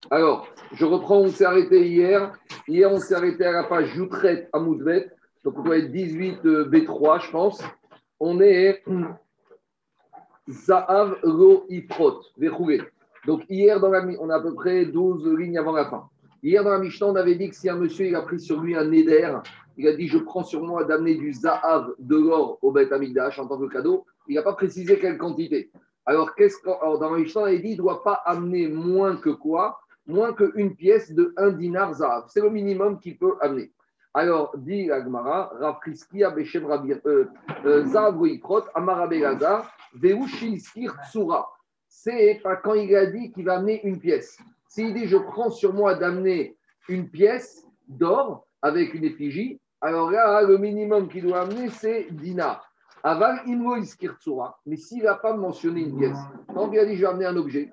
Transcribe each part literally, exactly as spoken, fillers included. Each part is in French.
Alors, je reprends, on s'est arrêté hier. Hier, on s'est arrêté à la page Joutret à Moudvet. Donc, on doit être dix-huit B trois, je pense. On est Zahav Lo Iprot, Verroué. Donc, hier, dans la, on a à peu près douze lignes avant la fin. Hier, dans la Mishnah, on avait dit que si un monsieur il a pris sur lui un Neder, il a dit je prends sur moi d'amener du Zahav, de l'or au Beth Amikdash en tant que cadeau, il n'a pas précisé quelle quantité. Alors, qu'est-ce qu', alors dans la Mishnah, on avait dit il ne doit pas amener moins que quoi? Moins qu'une pièce de un dinar Zahav. C'est le minimum qu'il peut amener. Alors, dit Agmara, Rafriskia Beshem Rabir, euh, euh, Zahav Goikrot, Amara Belaza, Veushilskir Tsura. C'est pas quand il a dit qu'il va amener une pièce. S'il dit je prends sur moi d'amener une pièce d'or avec une effigie, alors là, le minimum qu'il doit amener, c'est dinar. Aval Imro Iskir Tsura. Mais s'il n'a pas mentionné une pièce, quand il a dit je vais amener un objet,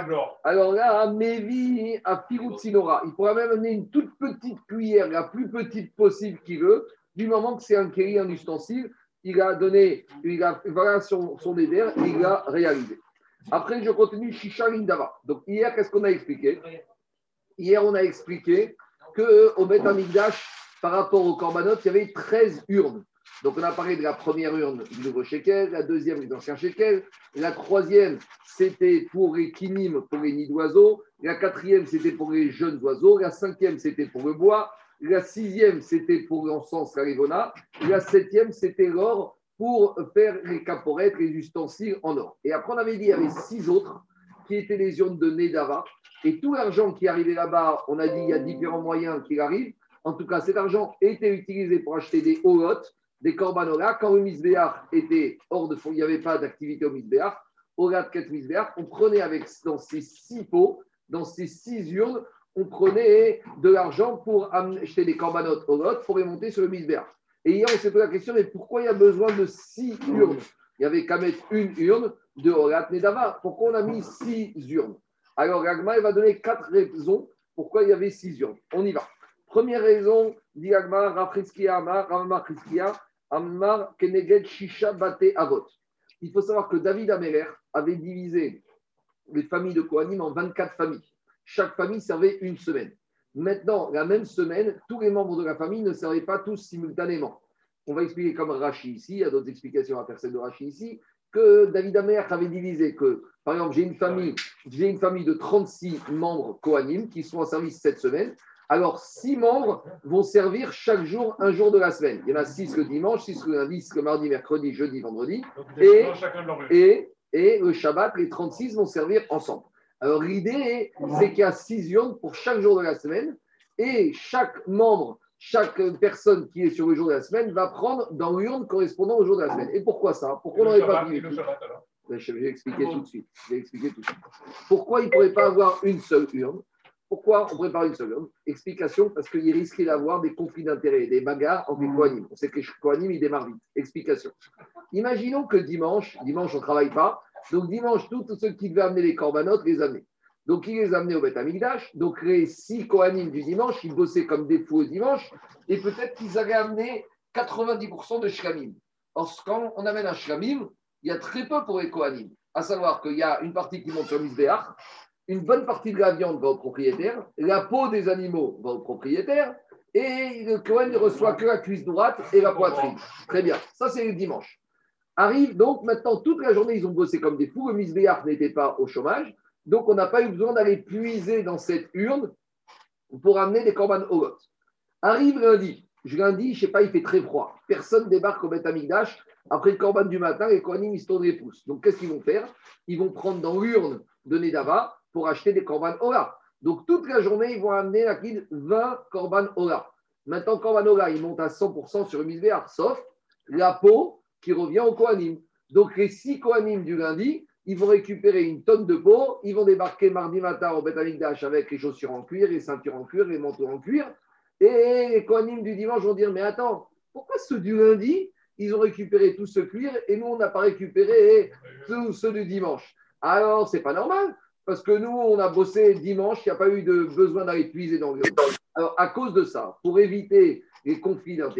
alors là, Mevi à Pirutsinora, il pourra même amener une toute petite cuillère, la plus petite possible qu'il veut, du moment que c'est un kéri, un ustensile, il a donné, il a, voilà son, son éder et il a réalisé. Après, je continue Shisha Lindava. Donc, hier, qu'est-ce qu'on a expliqué? Hier, on a expliqué qu'au Beth Amikdash, par rapport au Korbanot, il y avait treize urnes. Donc, on a parlé de la première urne du nouveau shekel, la deuxième des anciens shekels, la troisième, c'était pour les kinim, pour les nids d'oiseaux, la quatrième, c'était pour les jeunes oiseaux, la cinquième, c'était pour le bois, la sixième, c'était pour l'encens, la rivona, la septième, c'était l'or pour faire les caporettes, les ustensiles en or. Et après, on avait dit qu'il y avait six autres qui étaient les urnes de Nedava. Et tout l'argent qui arrivait là-bas, on a dit qu'il y a différents moyens qui arrivent. En tout cas, cet argent était utilisé pour acheter des holotes, des corbanolas. Quand le misbéach était hors de fond, il n'y avait pas d'activité au misbéach. Holat, quatre misbéach, on prenait avec, dans ces six pots, dans ces six urnes, on prenait de l'argent pour acheter des corbanotes holotes pour les monter sur le misbéach. Et hier, on s'est posé la question, mais pourquoi il y a besoin de six urnes? Il n'y avait qu'à mettre une urne de Holat Nedava. Pourquoi on a mis six urnes? Alors, Agma va donner quatre raisons pourquoi il y avait six urnes. On y va. Première raison, dit Agma, Rafriskia Amar, Ramar Friskia, Amar Keneged Shisha Bate Avot. Il faut savoir que David Améler avait divisé les familles de Kohanim en vingt-quatre familles. Chaque famille servait une semaine. Maintenant, la même semaine, tous les membres de la famille ne servaient pas tous simultanément. On va expliquer comme Rachi ici, il y a d'autres explications à faire celle de Rachi ici, que David Amer avait divisé que, par exemple, j'ai une famille, j'ai une famille de trente-six membres Kohanim qui sont en service cette semaine. Alors, six membres vont servir chaque jour, un jour de la semaine. Il y en a six le dimanche, six le lundi, six le mardi, mercredi, jeudi, vendredi. Et, et, et le Shabbat, les trente-six vont servir ensemble. Alors, l'idée, c'est qu'il y a six urnes pour chaque jour de la semaine et chaque membre, chaque personne qui est sur le jour de la semaine va prendre dans l'urne correspondant au jour de la semaine. Et pourquoi ça? Pourquoi on n'aurait pas pris le Shabbat alors? Je vais expliquer tout de suite. Je vais expliquer tout de suite. Pourquoi il ne pourrait pas avoir une seule urne? Pourquoi on prépare une seule urne? Explication, parce qu'il risquait d'avoir des conflits d'intérêts, des bagarres entre les Kohanim. On sait que les Kohanim, ils démarrent vite. Explication. Imaginons que dimanche, dimanche, on ne travaille pas. Donc dimanche, tous ceux qui devaient amener les corbanotes les amenaient. Donc il les amenait au Beth Amikdash. Donc les six Kohanim du dimanche, ils bossaient comme des fous au dimanche. Et peut-être qu'ils avaient amené quatre-vingt-dix pour cent de shlamim. Or, quand on amène un shlamim, il y a très peu pour les Kohanim. À savoir qu'il y a une partie qui monte sur le Misbéach, une bonne partie de la viande va au propriétaire, la peau des animaux va au propriétaire, et le Kohen ne reçoit que la cuisse droite et la poitrine. Très bien, ça c'est le dimanche. Arrive donc maintenant, toute la journée, ils ont bossé comme des fous, le Misbéach n'était pas au chômage, donc on n'a pas eu besoin d'aller puiser dans cette urne pour amener des korban holot. Arrive lundi, je lundi, je ne sais pas, il fait très froid, personne débarque au Beth Amikdash. Après le korban du matin, les Kohanim, ils se tournent les pouces. Donc, qu'est-ce qu'ils vont faire? Ils vont prendre dans l'urne de Nedava pour acheter des korban Ola. Donc, toute la journée, ils vont amener la kid vingt korban Ola. Maintenant, korban Ola, il monte à cent pour cent sur le misbéach, sauf la peau qui revient aux Kohanim. Donc, les six Kohanim du lundi, ils vont récupérer une tonne de peau. Ils vont débarquer mardi matin au Beth Amikdash avec les chaussures en cuir, les ceintures en cuir, les manteaux en cuir. Et les Kohanim du dimanche vont dire, mais attends, pourquoi ceux du lundi, ils ont récupéré tout ce cuir et nous, on n'a pas récupéré tous ceux du dimanche? Alors, c'est pas normal, parce que nous, on a bossé dimanche, il n'y a pas eu de besoin d'aller puiser dans le. Alors, à cause de ça, pour éviter les conflits d'intérêts,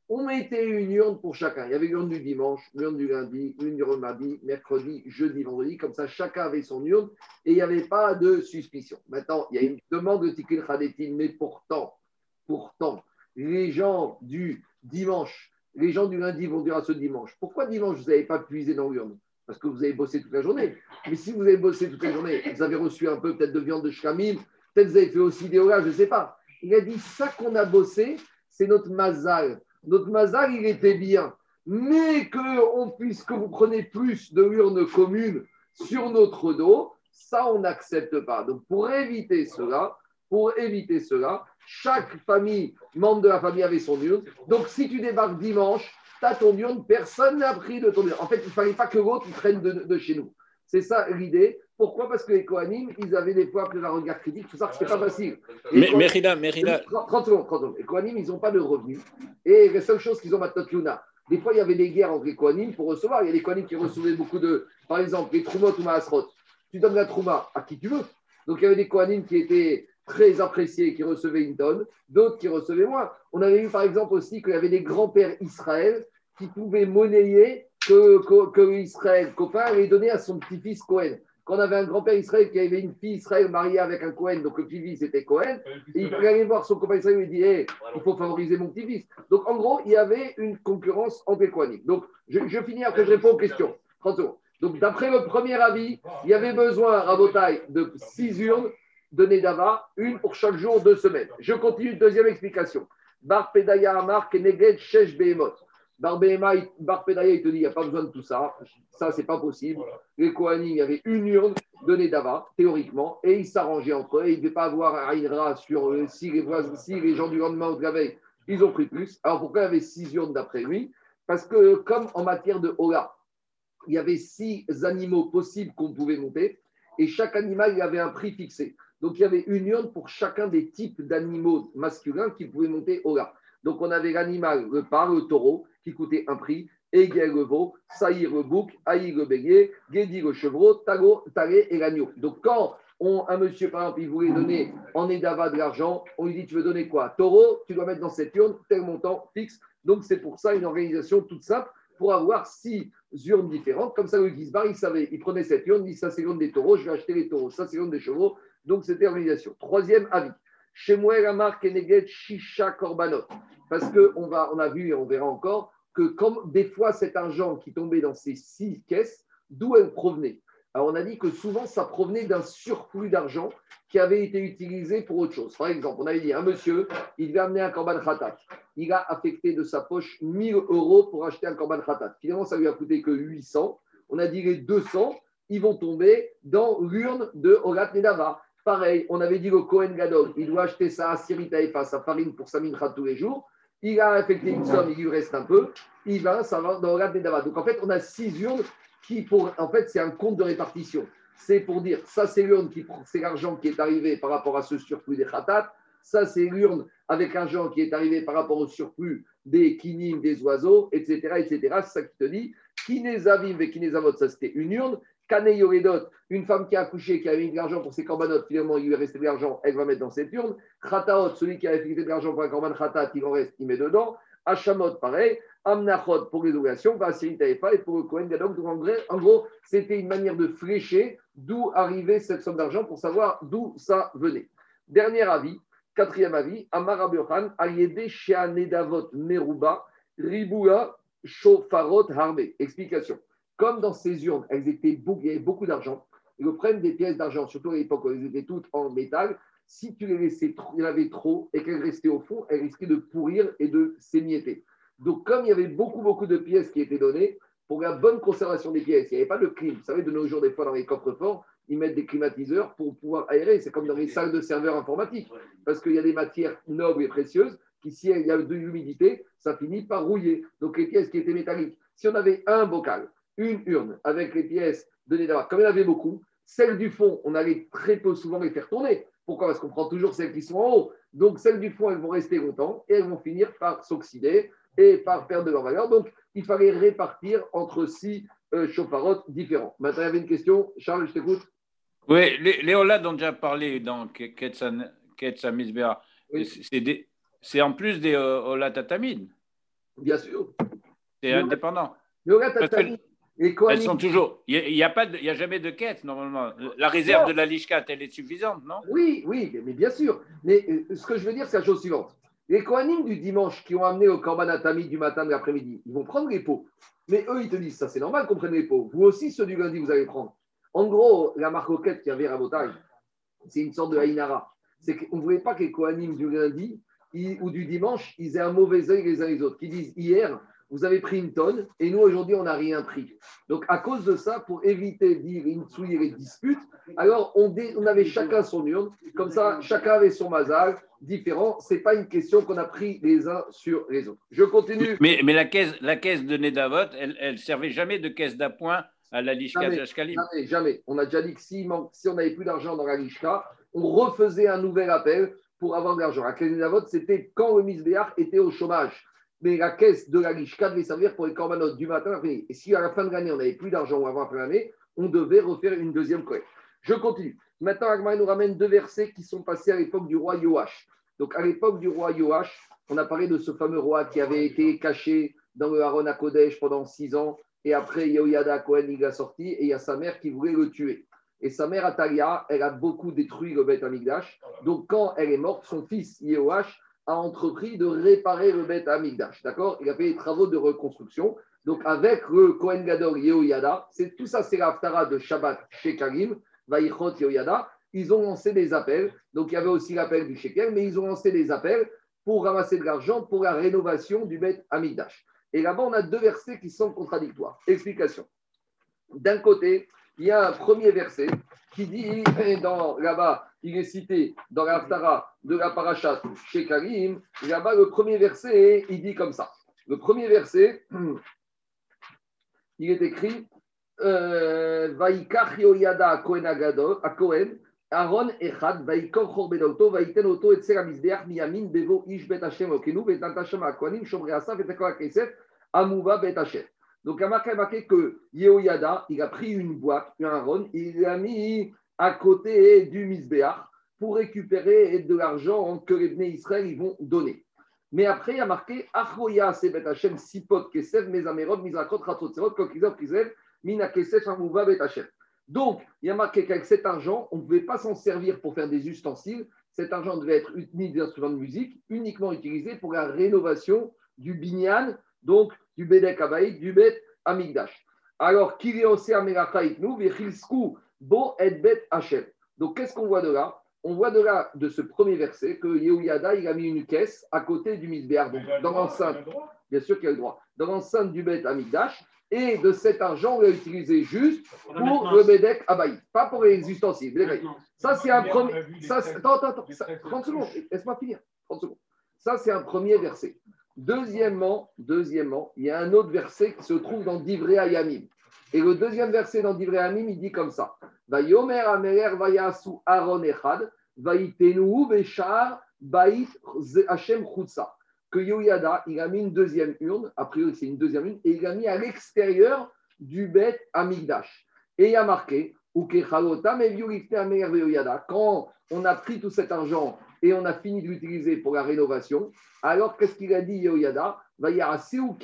on mettait une urne pour chacun. Il y avait l'urne du dimanche, l'urne du lundi, l'urne du mardi, mercredi, jeudi, vendredi. Comme ça, chacun avait son urne et il n'y avait pas de suspicion. Maintenant, il y a une demande de Tikkun Chadetin, mais pourtant, pourtant, les gens du dimanche, les gens du lundi vont dire à ce dimanche, pourquoi dimanche vous n'avez pas puisé dans l'urne? Parce que vous avez bossé toute la journée. Mais si vous avez bossé toute la journée, vous avez reçu un peu peut-être de viande de shkamim, peut-être vous avez fait aussi des horaires, je ne sais pas. Il a dit, ça qu'on a bossé, c'est notre mazal. Notre mazal, il était bien. Mais que, on puisse, que vous prenez plus de urnes communes sur notre dos, ça, on n'accepte pas. Donc, pour éviter cela, pour éviter cela, chaque famille, membre de la famille avait son urne. Donc, si tu débarques dimanche, tu as ton urne, personne n'a pris de ton urne. En fait, il ne fallait pas que l'autre prenne de, de chez nous. C'est ça l'idée. Pourquoi? Parce que les Kohanim, ils avaient des fois plus un regard critique. Tout ça, ce n'était pas facile. Mais, Mérida, Mérida. trente secondes, trente secondes. Les Kohanim, ils n'ont pas de revenus. Et la seule chose qu'ils ont maintenant, Luna, des fois, il y avait des guerres entre les Kohanim pour recevoir. Il y a des Kohanim qui recevaient beaucoup de. Par exemple, les Troumot ou Maasrot. Tu donnes la Trouma à qui tu veux. Donc, il y avait des Kohanim qui étaient très appréciés, qui recevaient une tonne, d'autres qui recevaient moins. On avait vu, par exemple, aussi qu'il y avait des grands-pères Israël qui pouvaient monnayer que, que, que Israël, copain, allait donner à son petit-fils Cohen. Quand on avait un grand-père Israël qui avait une fille Israël mariée avec un Cohen, donc le petit-fils était Cohen, et il fallait aller voir son copain Israël et lui dire hey, il faut favoriser mon petit-fils. Donc en gros, il y avait une concurrence entre les Kohanim. Donc je, je finis après, je réponds aux questions. trente secondes. Donc d'après le premier avis, il y avait besoin, Rabotai, de six urnes de Nedava, une pour chaque jour, deux semaines. Je continue, deuxième explication. Bar Pedaya Amar Keneged Shesh Behemot. Bar Pedaya, il te dit, il n'y a pas besoin de tout ça. Ça, c'est pas possible. Les Kohanim, il y avait une urne de Nedava, théoriquement, et ils s'arrangeaient entre eux. Ils ne devaient pas avoir un Aïdra sur euh, si, les, si les gens du lendemain ou de la veille, ils ont pris plus. Alors pourquoi il y avait six urnes d'après lui? Parce que, comme en matière de Ola, il y avait six animaux possibles qu'on pouvait monter, et chaque animal, il avait un prix fixé. Donc, il y avait une urne pour chacun des types d'animaux masculins qui pouvaient monter Ola. Donc, on avait l'animal, le par, le taureau, qui coûtait un prix, Egel le veau, Saïr le bouc, Aïe le bélier, Guédi le chevreau, Tago, Taré et l'agneau. Donc, quand on, un monsieur, par exemple, il voulait donner en Edava de l'argent, on lui dit, tu veux donner quoi? Taureau, tu dois mettre dans cette urne tel montant fixe. Donc, c'est pour ça une organisation toute simple pour avoir six urnes différentes. Comme ça, le Gizbar, il savait, il prenait cette urne, il dit, ça c'est l'urne des taureaux, je vais acheter les taureaux, ça c'est l'urne des chevaux. Donc, c'était l'organisation. Troisième avis. Chez moi, la marque Eneged Shisha Korbanot. Parce qu'on on a vu et on verra encore que comme des fois cet argent qui tombait dans ces six caisses, d'où elle provenait? Alors on a dit que souvent ça provenait d'un surplus d'argent qui avait été utilisé pour autre chose. Par exemple, on avait dit un monsieur, il devait amener un korban khatat. Il a affecté de sa poche mille euros pour acheter un korban khatat. Finalement, ça lui a coûté que huit cents. On a dit les deux cents, ils vont tomber dans l'urne de Olat Nedava. Pareil, on avait dit le Kohen Gadol, il doit acheter sa Asirit Haïfa, sa farine pour sa mincha tous les jours. Il a affecté une somme, il lui reste un peu. Il va, ça va dans Olat Nedava. Donc en fait, on a six urnes qui, pour, en fait, c'est un compte de répartition. C'est pour dire, ça c'est l'urne qui c'est l'argent qui est arrivé par rapport à ce surplus des khatat. Ça c'est l'urne avec l'argent qui est arrivé par rapport au surplus des kinim, des oiseaux, et cetera, et cetera. C'est ça qui te dit. Kinezavim et kinezavot, ça c'était une urne. Kane Yoredot, une femme qui a accouché, qui a mis de l'argent pour ses corbanotes, finalement il lui est resté de l'argent, elle va mettre dans cette urne. Khataot, celui qui a effectué de l'argent pour un korban khatat, il en reste, il met dedans. Hachamot, pareil. Amnachot pour les obligations, Vasiri Taïfa et pour le Kohen Gadol. Donc en gros, en gros, c'était une manière de flécher d'où arrivait cette somme d'argent pour savoir d'où ça venait. Dernier avis, quatrième avis, Amar Rabbi Yochanan, Ayede Shea Nedavot Meruba, Riboua Shofarot Harbe. Explication. Comme dans ces urnes, elles étaient beaucoup, il y avait beaucoup d'argent, ils prennent des pièces d'argent, surtout à l'époque où elles étaient toutes en métal. Si tu les laissais, il y en avait trop et qu'elles restaient au fond, elles risquaient de pourrir et de s'émietter. Donc, comme il y avait beaucoup, beaucoup de pièces qui étaient données, pour la bonne conservation des pièces, il n'y avait pas de clim. Vous savez, de nos jours, des fois, dans les coffres forts, ils mettent des climatiseurs pour pouvoir aérer. C'est comme dans les salles de serveurs informatiques. Parce qu'il y a des matières nobles et précieuses qui, si il y a de l'humidité, ça finit par rouiller. Donc, les pièces qui étaient métalliques, si on avait un bocal, une urne avec les pièces de Nedava, comme il y en avait beaucoup, celles du fond, on allait très peu souvent les faire tourner. Pourquoi? Parce qu'on prend toujours celles qui sont en haut. Donc, celles du fond, elles vont rester longtemps et elles vont finir par s'oxyder et par perdre de leur valeur. Donc, il fallait répartir entre six euh, chauffarottes différents. Maintenant, il y avait une question. Charles, je t'écoute. Oui, les, les Olad ont déjà parlé dans Ketsa Misbea. Oui. C'est, des, c'est en plus des euh, Olad Tatamid. Bien sûr. C'est indépendant. Mais regarde, Parce t'as que dit, les elles Kohanim. sont toujours. Il n'y a, pas de- il y a jamais de quête, normalement. La réserve de la Lishkat, elle est suffisante, non? Oui, oui, mais bien sûr. Mais euh, ce que je veux dire, c'est la chose suivante. Les Kohanim du dimanche qui ont amené au Korban Atami du matin de l'après-midi, ils vont prendre les pots. Mais eux, ils te disent, ça c'est normal qu'on prenne les pots. Vous aussi, ceux du lundi, vous allez prendre. En gros, la marcoquette qui avait Rabotage, c'est une sorte de Haïnara. C'est qu'on ne voulait pas que les Kohanim du lundi ils- ou du dimanche, ils aient un mauvais œil les uns les autres. Qui disent, hier, vous avez pris une tonne et nous, aujourd'hui, on n'a rien pris. Donc, à cause de ça, pour éviter d'y les disputes, alors on, dé, on avait chacun son urne. Comme ça, chacun avait son mazal différent. Ce n'est pas une question qu'on a pris les uns sur les autres. Je continue. Mais, mais la, caisse, la caisse de Nedavot, elle ne servait jamais de caisse d'appoint à la Lishkat Jamais, Ashkalim. jamais, jamais. On a déjà dit que si, si on n'avait plus d'argent dans la Lishka, on refaisait un nouvel appel pour avoir de l'argent. La caisse des Navot, c'était quand le Misbéach était au chômage. Mais la caisse de la Lishka devait servir pour les corbanotes du matin à l'après-midi. Et si à la fin de l'année, on n'avait plus d'argent ou avant la fin de l'année, on devait refaire une deuxième collecte. Je continue. Maintenant, Agma nous ramène deux versets qui sont passés à l'époque du roi Yoash. Donc, à l'époque du roi Yoash, on a parlé de ce fameux roi qui avait été caché dans le Haron à Kodesh pendant six ans. Et après, Yehoyada Cohen, il a sorti et il y a sa mère qui voulait le tuer. Et sa mère, Atalia, elle a beaucoup détruit le Beth Amikdash. Donc, quand elle est morte, son fils, Yehoash, a entrepris de réparer le Beth Amikdash. D'accord? Il a fait des travaux de reconstruction. Donc, avec le Cohen Gadol Yehoyada, c'est, tout ça, c'est l'Aftara de Shabbat chez Karim, Vaïchot Yehoyada. Ils ont lancé des appels. Donc, il y avait aussi l'appel du Shekel, mais ils ont lancé des appels pour ramasser de l'argent pour la rénovation du Beth Amikdash. Et là-bas, on a deux versets qui sont contradictoires. Explication. D'un côté, il y a un premier verset qui dit, dans, là-bas, il est cité dans l'Aftara de la Parashat chez Karim. Là-bas, le premier verset, il dit comme ça. Le premier verset, il est écrit Vaikach Yoyada a Kohen Agadol, a Kohen, Aaron Echad, Vaikor Chorbedauto, Vaiten Auto, et Tsera Misbeach, Miyamin, Bevo, Ish Bet Hashem, Okenu, Vetan Hashem, Akoanim, Shomre Asaf, et Tekora Kesef, Amouva Bet Hashem. Donc, il a marqué que Yehoyada, il a pris une boîte, un Aaron, et il l'a mis à côté du Misbeach pour récupérer de l'argent que les Bnei Israël ils vont donner. Mais après, il y a marqué Achroya, c'est Bet Hashem, Sipot, Kesef, Mezamerod, Mizrakot, Ratzotzerot, Kokizot, Kislev, Mina Kesef, Amouva Bet Hashem. Donc, il y a marqué qu'avec cet argent, on ne pouvait pas s'en servir pour faire des ustensiles. Cet argent devait être mis des instruments de musique, uniquement utilisé pour la rénovation du binyan, donc du Bedek Abaïd, du Bet Amigdash. Alors, Kiriose Amelachaïtnu, Vechilsku, Bo et Bet Hachem. Donc, qu'est-ce qu'on voit de là? On voit de là, de ce premier verset, que Yehoyada, il a mis une caisse à côté du Misbéar, donc dans l'enceinte, bien sûr qu'il a le droit, dans l'enceinte du Bet Amigdash. Et de cet argent, on l'a utilisé juste pour le Bedek Abaï, pas pour les ustensiles. Ça, c'est un premier. Ça, attends, attends, attends. Ça, trente secondes, laisse-moi finir. trente secondes. Ça, c'est un premier verset. Deuxièmement, deuxièmement, il y a un autre verset qui se trouve dans Divrei Hayamim. Et le deuxième verset dans Divrei Hayamim, il dit comme ça Vayomer Ameler Vayasu Aaron Echad, Vaitenu Beshar Bait Hashem Chutsa. Que Yehoyada, il a mis une deuxième urne, a priori c'est une deuxième urne, et il l'a mis à l'extérieur du Bet Amigdash. Et il a marqué, quand on a pris tout cet argent et on a fini de l'utiliser pour la rénovation, alors qu'est-ce qu'il a dit Yehoyada? Il a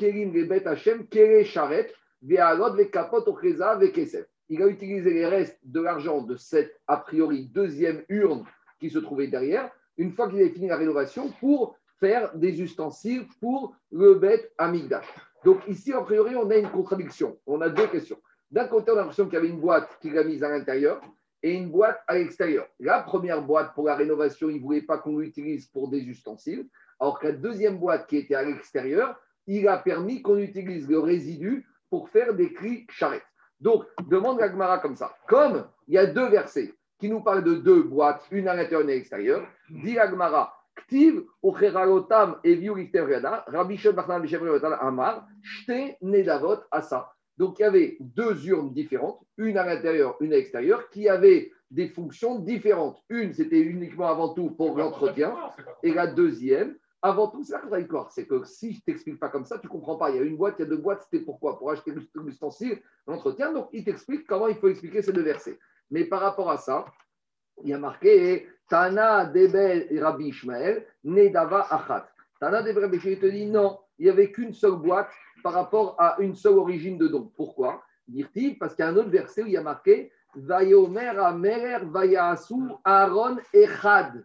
utilisé les restes de l'argent de cette, a priori, deuxième urne qui se trouvait derrière, une fois qu'il avait fini la rénovation, pour faire des ustensiles pour le Bet Amigdash. Donc ici, a priori, on a une contradiction. On a deux questions. D'un côté, on a l'impression qu'il y avait une boîte qu'il a mise à l'intérieur et une boîte à l'extérieur. La première boîte pour la rénovation, il ne voulait pas qu'on l'utilise pour des ustensiles, alors que la deuxième boîte qui était à l'extérieur, il a permis qu'on utilise le résidu pour faire des cris charrettes. Donc, demande la Gemara comme ça. Comme il y a deux versets qui nous parlent de deux boîtes, une à l'intérieur et une à l'extérieur, dit la Gemara, Ktiv Ucherarotam Eviu Lichterriada, Rabbi Shon Bachnan Bishevreotan Amar, Shte Nedavot Asa. Donc il y avait deux urnes différentes, une à l'intérieur, une à l'extérieur, qui avaient des fonctions différentes. Une, c'était uniquement avant tout pour l'entretien, et la deuxième, avant tout, c'est contradictoire. C'est que si je ne t'explique pas comme ça, tu ne comprends pas. Il y a une boîte, il y a deux boîtes, c'était pourquoi? Pour acheter l'ustensile, l'entretien. Donc il t'explique comment il faut expliquer ces deux versets. Mais par rapport à ça, il y a marqué Tana Debel Rabbi Ishmael, Nedava Achat. Tana Debel Rabbi Ishmael te dit non, il n'y avait qu'une seule boîte par rapport à une seule origine de don. Pourquoi? Dit-il, parce qu'il y a un autre verset où il y a marqué Vayomer Ameler Vayasu Aaron Echad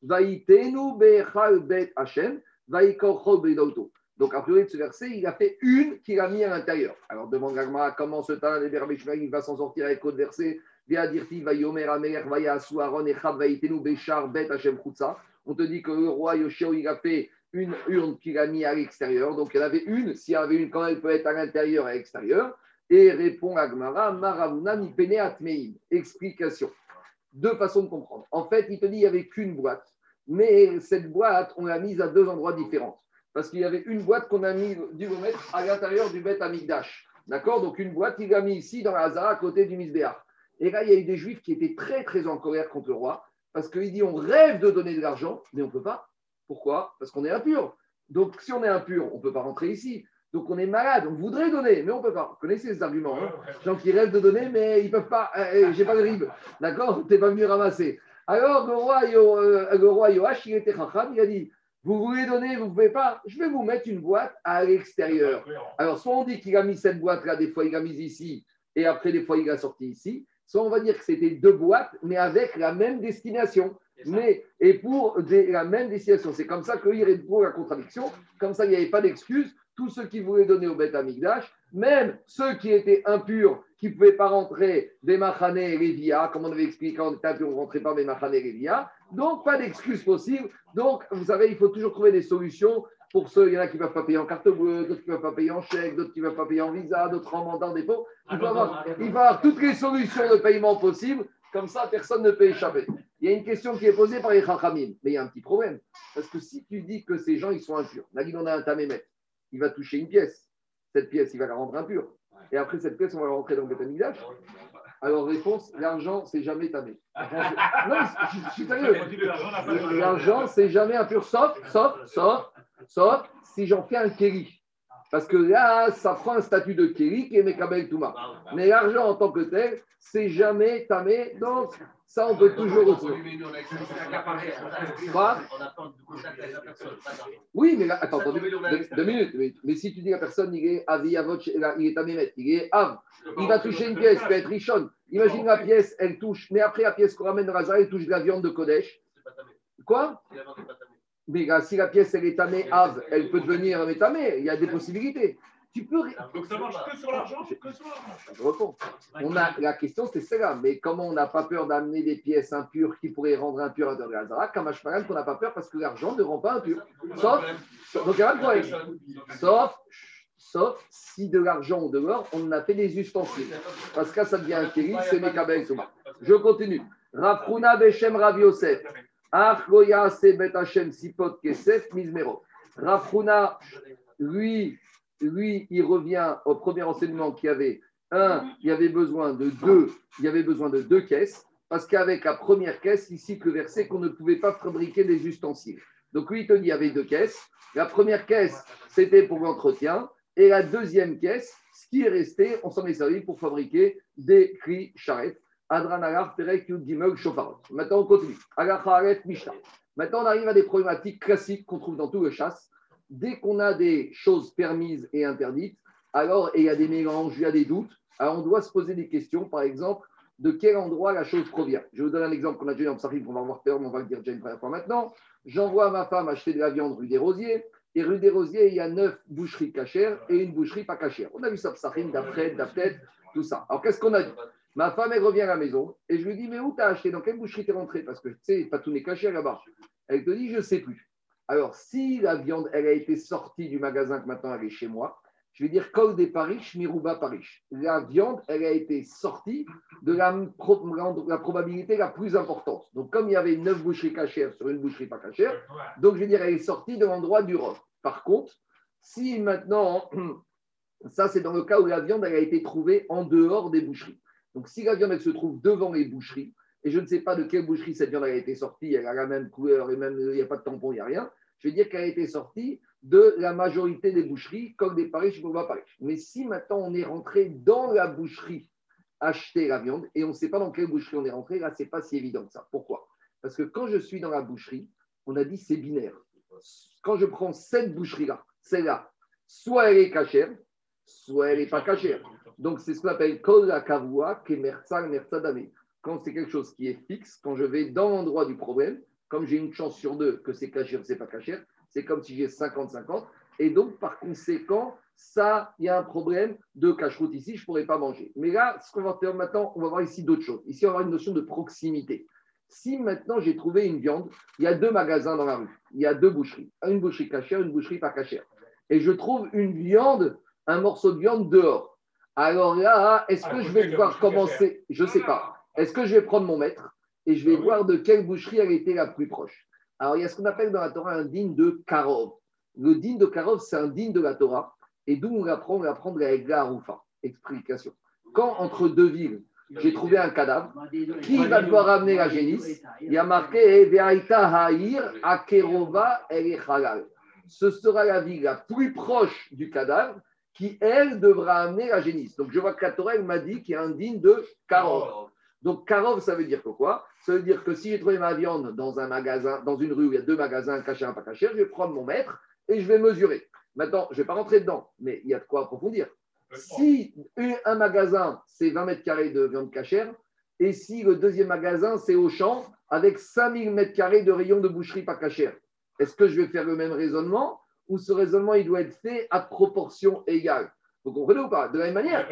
Vaitenu Be'echad Bet Hashem Vaikorcho Bedauto. Donc, a priori de ce verset, il a fait une qu'il a mis à l'intérieur. Alors, demande Gagma comment ce temps, les Berbishmael, il va s'en sortir avec l'autre verset. Via dirti Vayomer Ameler Vayasu Aaron Echad Vaitenu Bechar Bet Hashem Chutza. On te dit que le roi Yoshio, il a fait une urne qu'il a mis à l'extérieur. Donc, il y en avait une. S'il y en avait une, quand elle peut être à l'intérieur et à l'extérieur. Et répond Agmara, Maravuna mi pene atmeim. Explication. Deux façons de comprendre. En fait, il te dit qu'il n'y avait qu'une boîte. Mais cette boîte, on l'a mise à deux endroits différents. Parce qu'il y avait une boîte qu'on a mis du mettre à l'intérieur du Beth Amikdash. D'accord? Donc, une boîte, il l'a mis ici, dans la Hazara, à côté du Misbéach. Et là, il y a eu des Juifs qui étaient très, très en colère contre le roi. Parce qu'il dit on rêve de donner de l'argent, mais on ne peut pas. Pourquoi? Parce qu'on est impur. Donc, si on est impur, on ne peut pas rentrer ici. Donc, on est malade, on voudrait donner, mais on ne peut pas. Vous connaissez ces arguments, hein? Gens qui rêvent de donner, mais ils ne peuvent pas. Euh, j'ai pas de rib. D'accord? Tu n'es pas venu ramasser. Alors, le roi, Yo, euh, le roi Yoash, il était chacham, il a dit vous voulez donner, vous ne pouvez pas, je vais vous mettre une boîte à l'extérieur. Alors, soit on dit qu'il a mis cette boîte-là, des fois il l'a mise ici, et après, des fois il l'a sortie ici. Soit on va dire que c'était deux boîtes, mais avec la même destination. Mais, et pour des, la même destination. C'est comme ça qu'il répond pour la contradiction. Comme ça, il n'y avait pas d'excuse. Tous ceux qui voulaient donner au Beth Amikdash, même ceux qui étaient impurs, qui ne pouvaient pas rentrer des Machane et Lévia, comme on avait expliqué quand on était impur, on ne rentrait pas des Machane et Lévia. Donc, pas d'excuse possible. Donc, vous savez, il faut toujours trouver des solutions. Pour ceux, il y en a qui ne peuvent pas payer en carte bleue, d'autres qui ne peuvent pas payer en chèque, d'autres qui ne peuvent pas payer en visa, d'autres en mandat en dépôt. Il faut avoir, il faut avoir toutes les solutions de paiement possibles. Comme ça, personne ne peut échapper. Il y a une question qui est posée par les Chachamim, mais il y a un petit problème. Parce que si tu dis que ces gens, ils sont impurs, Nagui, on a un tamémet, il va toucher une pièce. Cette pièce, il va la rendre impure. Et après cette pièce, on va la rentrer dans le Beth Amikdash. Alors, réponse, l'argent, c'est jamais tamé. Non, je, je suis sérieux. L'argent, c'est jamais impur, sauf, sauf, sauf, sauf si j'en fais un kéli. Parce que là, ça prend un statut de kéli qui est Mekabel Touma. Mais l'argent en tant que tel, c'est jamais tamé. Donc, ça, on peut toujours aussi. Quoi? Oui, mais là, attends, attends deux, deux, deux minutes. Mais, mais si tu dis à la personne, il est avi avoch, il est tamémet, il est av, il va toucher une pièce, il va être richonne. Imagine la pièce, elle touche, mais après la pièce qu'on ramène dans la Zara, elle touche de la viande de Kodesh. Quoi? Mais là, si la pièce, elle est tamée av, elle peut devenir métamée. Il y a des possibilités. Tu peux. Donc ça marche que sur l'argent, que sur l'argent. Je réponds. On a, la question, c'est celle-là. Mais comment on n'a pas peur d'amener des pièces impures qui pourraient rendre impures à de la Zara? Kamash Maran, qu'on n'a pas peur parce que l'argent ne rend pas impur. Sauf, donc il n'y a pas de problème. Sauf, sauf si de l'argent ou de l'or, on a fait des ustensiles. Parce que là, ça devient un kéli, c'est Mekabel Souma. Je continue. Rafruna Beshem Rav Yosef. Argoya Sebet Hashem Sipot Kesef Mizmero. Rafruna, lui, lui, il revient au premier enseignement qu'il y avait un, il y avait besoin de deux, il y avait besoin de deux caisses, parce qu'avec la première caisse, il cite le verset qu'on ne pouvait pas fabriquer des ustensiles. Donc lui, il te dit, il y avait deux caisses. La première caisse, c'était pour l'entretien, et la deuxième caisse, ce qui est resté, on s'en est servi pour fabriquer des cris charrettes. Adran Perek Yud Gimel Shofarot. Maintenant, on continue. Agacharet Mishnah. Maintenant, on arrive à des problématiques classiques qu'on trouve dans tout le chasse. Dès qu'on a des choses permises et interdites, alors, et il y a des mélanges, il y a des doutes, alors on doit se poser des questions, par exemple, de quel endroit la chose provient. Je vous donne un exemple qu'on a déjà dans le Psachim, qu'on va voir peur, mais on va le dire déjà une première fois maintenant. J'envoie ma femme acheter de la viande rue des Rosiers, et rue des Rosiers, il y a neuf boucheries cachères et une boucherie pas cachère. On a vu ça, Psachim, d'après, d'après, tout ça. Alors, qu'est-ce qu'on a dit? Ma femme, elle revient à la maison, et je lui dis, mais où t'as acheté? Dans quelle boucherie t'es rentré? Parce que, tu sais, pas tout n'est caché là-bas. Elle te dit, je ne sais plus. Alors, si la viande, elle a été sortie du magasin que maintenant elle est chez moi, je vais dire Kol des Parish, Mirouba Parish. La viande, elle a été sortie de la, la probabilité la plus importante. Donc, comme il y avait neuf boucheries cachères sur une boucherie pas cachère, donc je vais dire elle est sortie de l'endroit du rof. Par contre, si maintenant, ça c'est dans le cas où la viande, elle a été trouvée en dehors des boucheries. Donc, si la viande, elle se trouve devant les boucheries, et je ne sais pas de quelle boucherie cette viande a été sortie, elle a la même couleur et même il n'y a pas de tampon, il n'y a rien. Je vais dire qu'elle a été sortie de la majorité des boucheries, comme des Paris, je ne peux pas parler. Mais si maintenant on est rentré dans la boucherie acheter la viande et on ne sait pas dans quelle boucherie on est rentré, là, ce n'est pas si évident que ça. Pourquoi? Parce que quand je suis dans la boucherie, on a dit c'est binaire. Quand je prends cette boucherie-là, celle-là, soit elle est cachère, soit elle n'est pas cachère. Donc, c'est ce qu'on appelle kol hakavua kemertsa mertsa dame. Quand c'est quelque chose qui est fixe, quand je vais dans l'endroit du problème, comme j'ai une chance sur deux que c'est cachère, c'est pas cachère, c'est comme si j'ai cinquante cinquante. Et donc, par conséquent, ça, il y a un problème de cache-route ici, je ne pourrais pas manger. Mais là, ce qu'on va faire maintenant, on va voir ici d'autres choses. Ici, on va avoir une notion de proximité. Si maintenant j'ai trouvé une viande, il y a deux magasins dans la rue, il y a deux boucheries, une boucherie cachère, une boucherie pas cachère. Et je trouve une viande, un morceau de viande dehors. Alors là, est-ce que je vais devoir commencer? Je ne sais pas. Est-ce que je vais prendre mon mètre et je vais voir de quelle boucherie elle était la plus proche? Alors, il y a ce qu'on appelle dans la Torah un digne de Karov. Le digne de Karov, c'est un digne de la Torah. Et d'où on l'apprend? On l'apprend de la Egla Aroufa. Explication. Quand entre deux villes, j'ai trouvé un cadavre, qui va devoir ramener la génisse? Il y a marqué Ve'aita Ha'ir Akerova El Halal. Ce sera la ville la plus proche du cadavre qui, elle, devra amener la génisse. Donc, je vois que la Torah m'a dit qu'il y a un digne de Karov. Donc, Karov, ça veut dire que quoi? Ça veut dire que si j'ai trouvé ma viande dans un magasin, dans une rue où il y a deux magasins, un cachère, un pas cachère, je vais prendre mon mètre et je vais mesurer. Maintenant, je ne vais pas rentrer dedans, mais il y a de quoi approfondir. Si un magasin, c'est vingt mètres carrés de viande cachère, et si le deuxième magasin, c'est Auchan, avec cinq mille mètres carrés de rayon de boucherie pas cachère, est-ce que je vais faire le même raisonnement ou ce raisonnement, il doit être fait à proportion égale? Vous comprenez ou pas? De la même manière,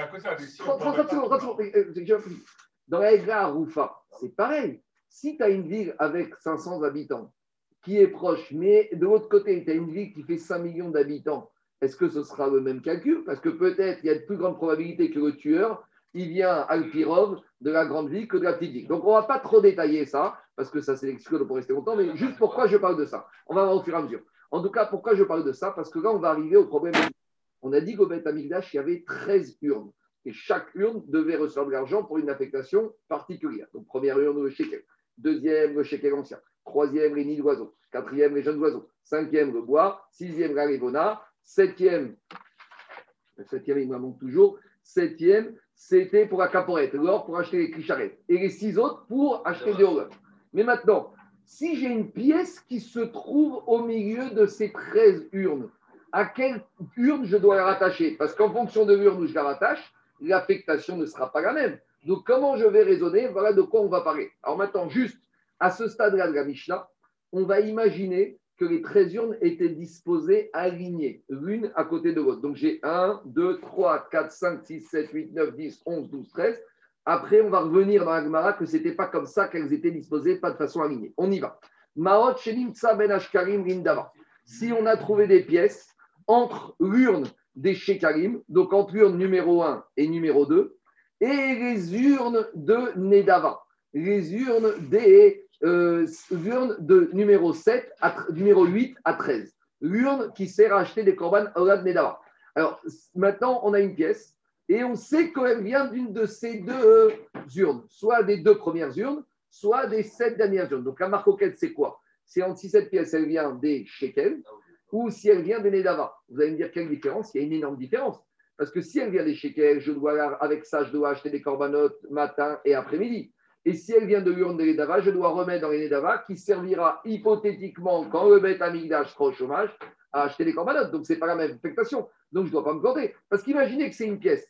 dans la Egra Roufa, c'est pareil. Si tu as une ville avec cinq cents habitants qui est proche, mais de l'autre côté, tu as une ville qui fait cinq millions d'habitants, est-ce que ce sera le même calcul? Parce que peut-être il y a de plus grandes probabilités que le tueur, il vient à Alpirov de la grande ville que de la petite ville. Donc on ne va pas trop détailler ça, parce que ça c'est l'excuse pour rester longtemps, mais juste pourquoi je parle de ça. On va voir au fur et à mesure. En tout cas, pourquoi je parle de ça? Parce que là, on va arriver au problème. On a dit qu'au Beth Amikdash, il y avait treize urnes. Et chaque urne devait recevoir de l'argent pour une affectation particulière. Donc première urne, le shekel. Deuxième, le shekel ancien. Troisième, les nids d'oiseaux. Quatrième, les jeunes oiseaux. Cinquième, le bois. Sixième, la lévona. Septième, le septième, il me manque toujours. Septième, c'était pour la caporette, l'or pour acheter les clicharettes. Et les six autres pour acheter des horloges. Mais maintenant, si j'ai une pièce qui se trouve au milieu de ces treize urnes, à quelle urne je dois la rattacher? Parce qu'en fonction de l'urne où je la rattache, l'affectation ne sera pas la même. Donc, comment je vais raisonner? Voilà de quoi on va parler. Alors maintenant, juste à ce stade-là de la Mishnah, on va imaginer que les treize urnes étaient disposées alignées, l'une à côté de l'autre. Donc, j'ai un, deux, trois, quatre, cinq, six, sept, huit, neuf, dix, onze, douze, treize. Après, on va revenir dans la Gemara que ce n'était pas comme ça qu'elles étaient disposées, pas de façon alignée. On y va. Maot Shelimtsa Ben Ashkarim Rindava. Si on a trouvé des pièces entre l'urne des Shekarim, donc entre l'urne numéro un et numéro deux, et les urnes de Nedava, les urnes des euh, urnes de numéro sept à, numéro huit à treize, l'urne qui sert à acheter des korban Olad Nedava. Alors maintenant, on a une pièce et on sait qu'elle vient d'une de ces deux urnes, soit des deux premières urnes, soit des sept dernières urnes. Donc la marcoquette, c'est quoi? C'est entre si cette pièce, elle vient des shekels, ou si elle vient des Nedava. Vous allez me dire quelle différence? Il y a une énorme différence. Parce que si elle vient des shekels, je dois, avec ça, je dois acheter des corbanotes matin et après-midi. Et si elle vient de l'urne des Nedava, je dois remettre dans les Nedava qui servira hypothétiquement, quand le Beth Amikdash sera au chômage, à acheter des corbanotes. Donc, ce n'est pas la même affectation. Donc, je ne dois pas me planter. Parce qu'imaginez que c'est une pièce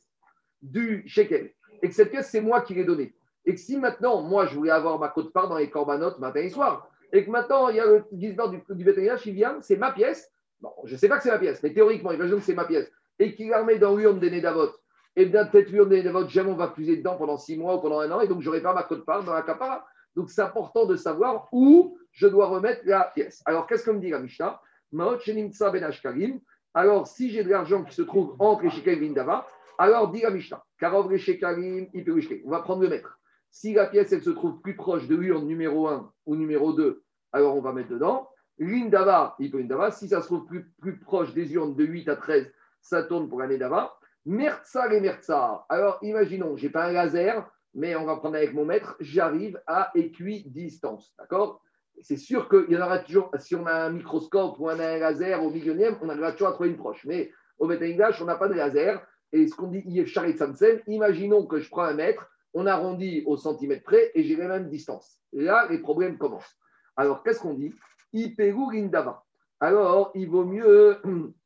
du shekel et que cette pièce, c'est moi qui l'ai donnée. Et que si maintenant, moi, je voulais avoir ma quote-part dans les corbanotes matin et soir, et que maintenant, il y a le guiseur du, du vétérinaire qui vient, c'est ma pièce. Bon, je ne sais pas que c'est ma pièce, mais théoriquement, imaginons que c'est ma pièce. Et qu'il la remet dans l'urne des Nedavot. Et bien, peut-être l'urne des Nedavot, jamais on va puiser dedans pendant six mois ou pendant un an, et donc je n'aurai pas ma quote-part dans la capara. Donc, c'est important de savoir où je dois remettre la pièce. Alors, qu'est-ce que me dit la Mishnah? Maot Shenimtsa Ben Ashkarim. Alors, si j'ai de l'argent qui se trouve entre les shekel et l'indava, alors dit la Mishnah, Karov les shekalim, on va prendre le mètre. Si la pièce, elle se trouve plus proche de l'urne numéro un ou numéro deux, alors on va mettre dedans. L'indava, l'indava, si ça se trouve plus, plus proche des urnes de huit à treize, ça tourne pour un indava. Mertsa et Mertsa. Alors, imaginons, je n'ai pas un laser, mais on va prendre avec mon mètre, j'arrive à équidistance. D'accord? C'est sûr qu'il y en aura toujours, si on a un microscope ou on a un laser au millionième, on arrivera toujours à trouver une proche. Mais au Beth Amikdash, on n'a pas de laser. Et ce qu'on dit, Yves Charit Samsen, imaginons que je prends un mètre, on arrondit au centimètre près et j'ai la même distance. Et là, les problèmes commencent. Alors, qu'est-ce qu'on dit? Iperu Rindava. Alors, il vaut mieux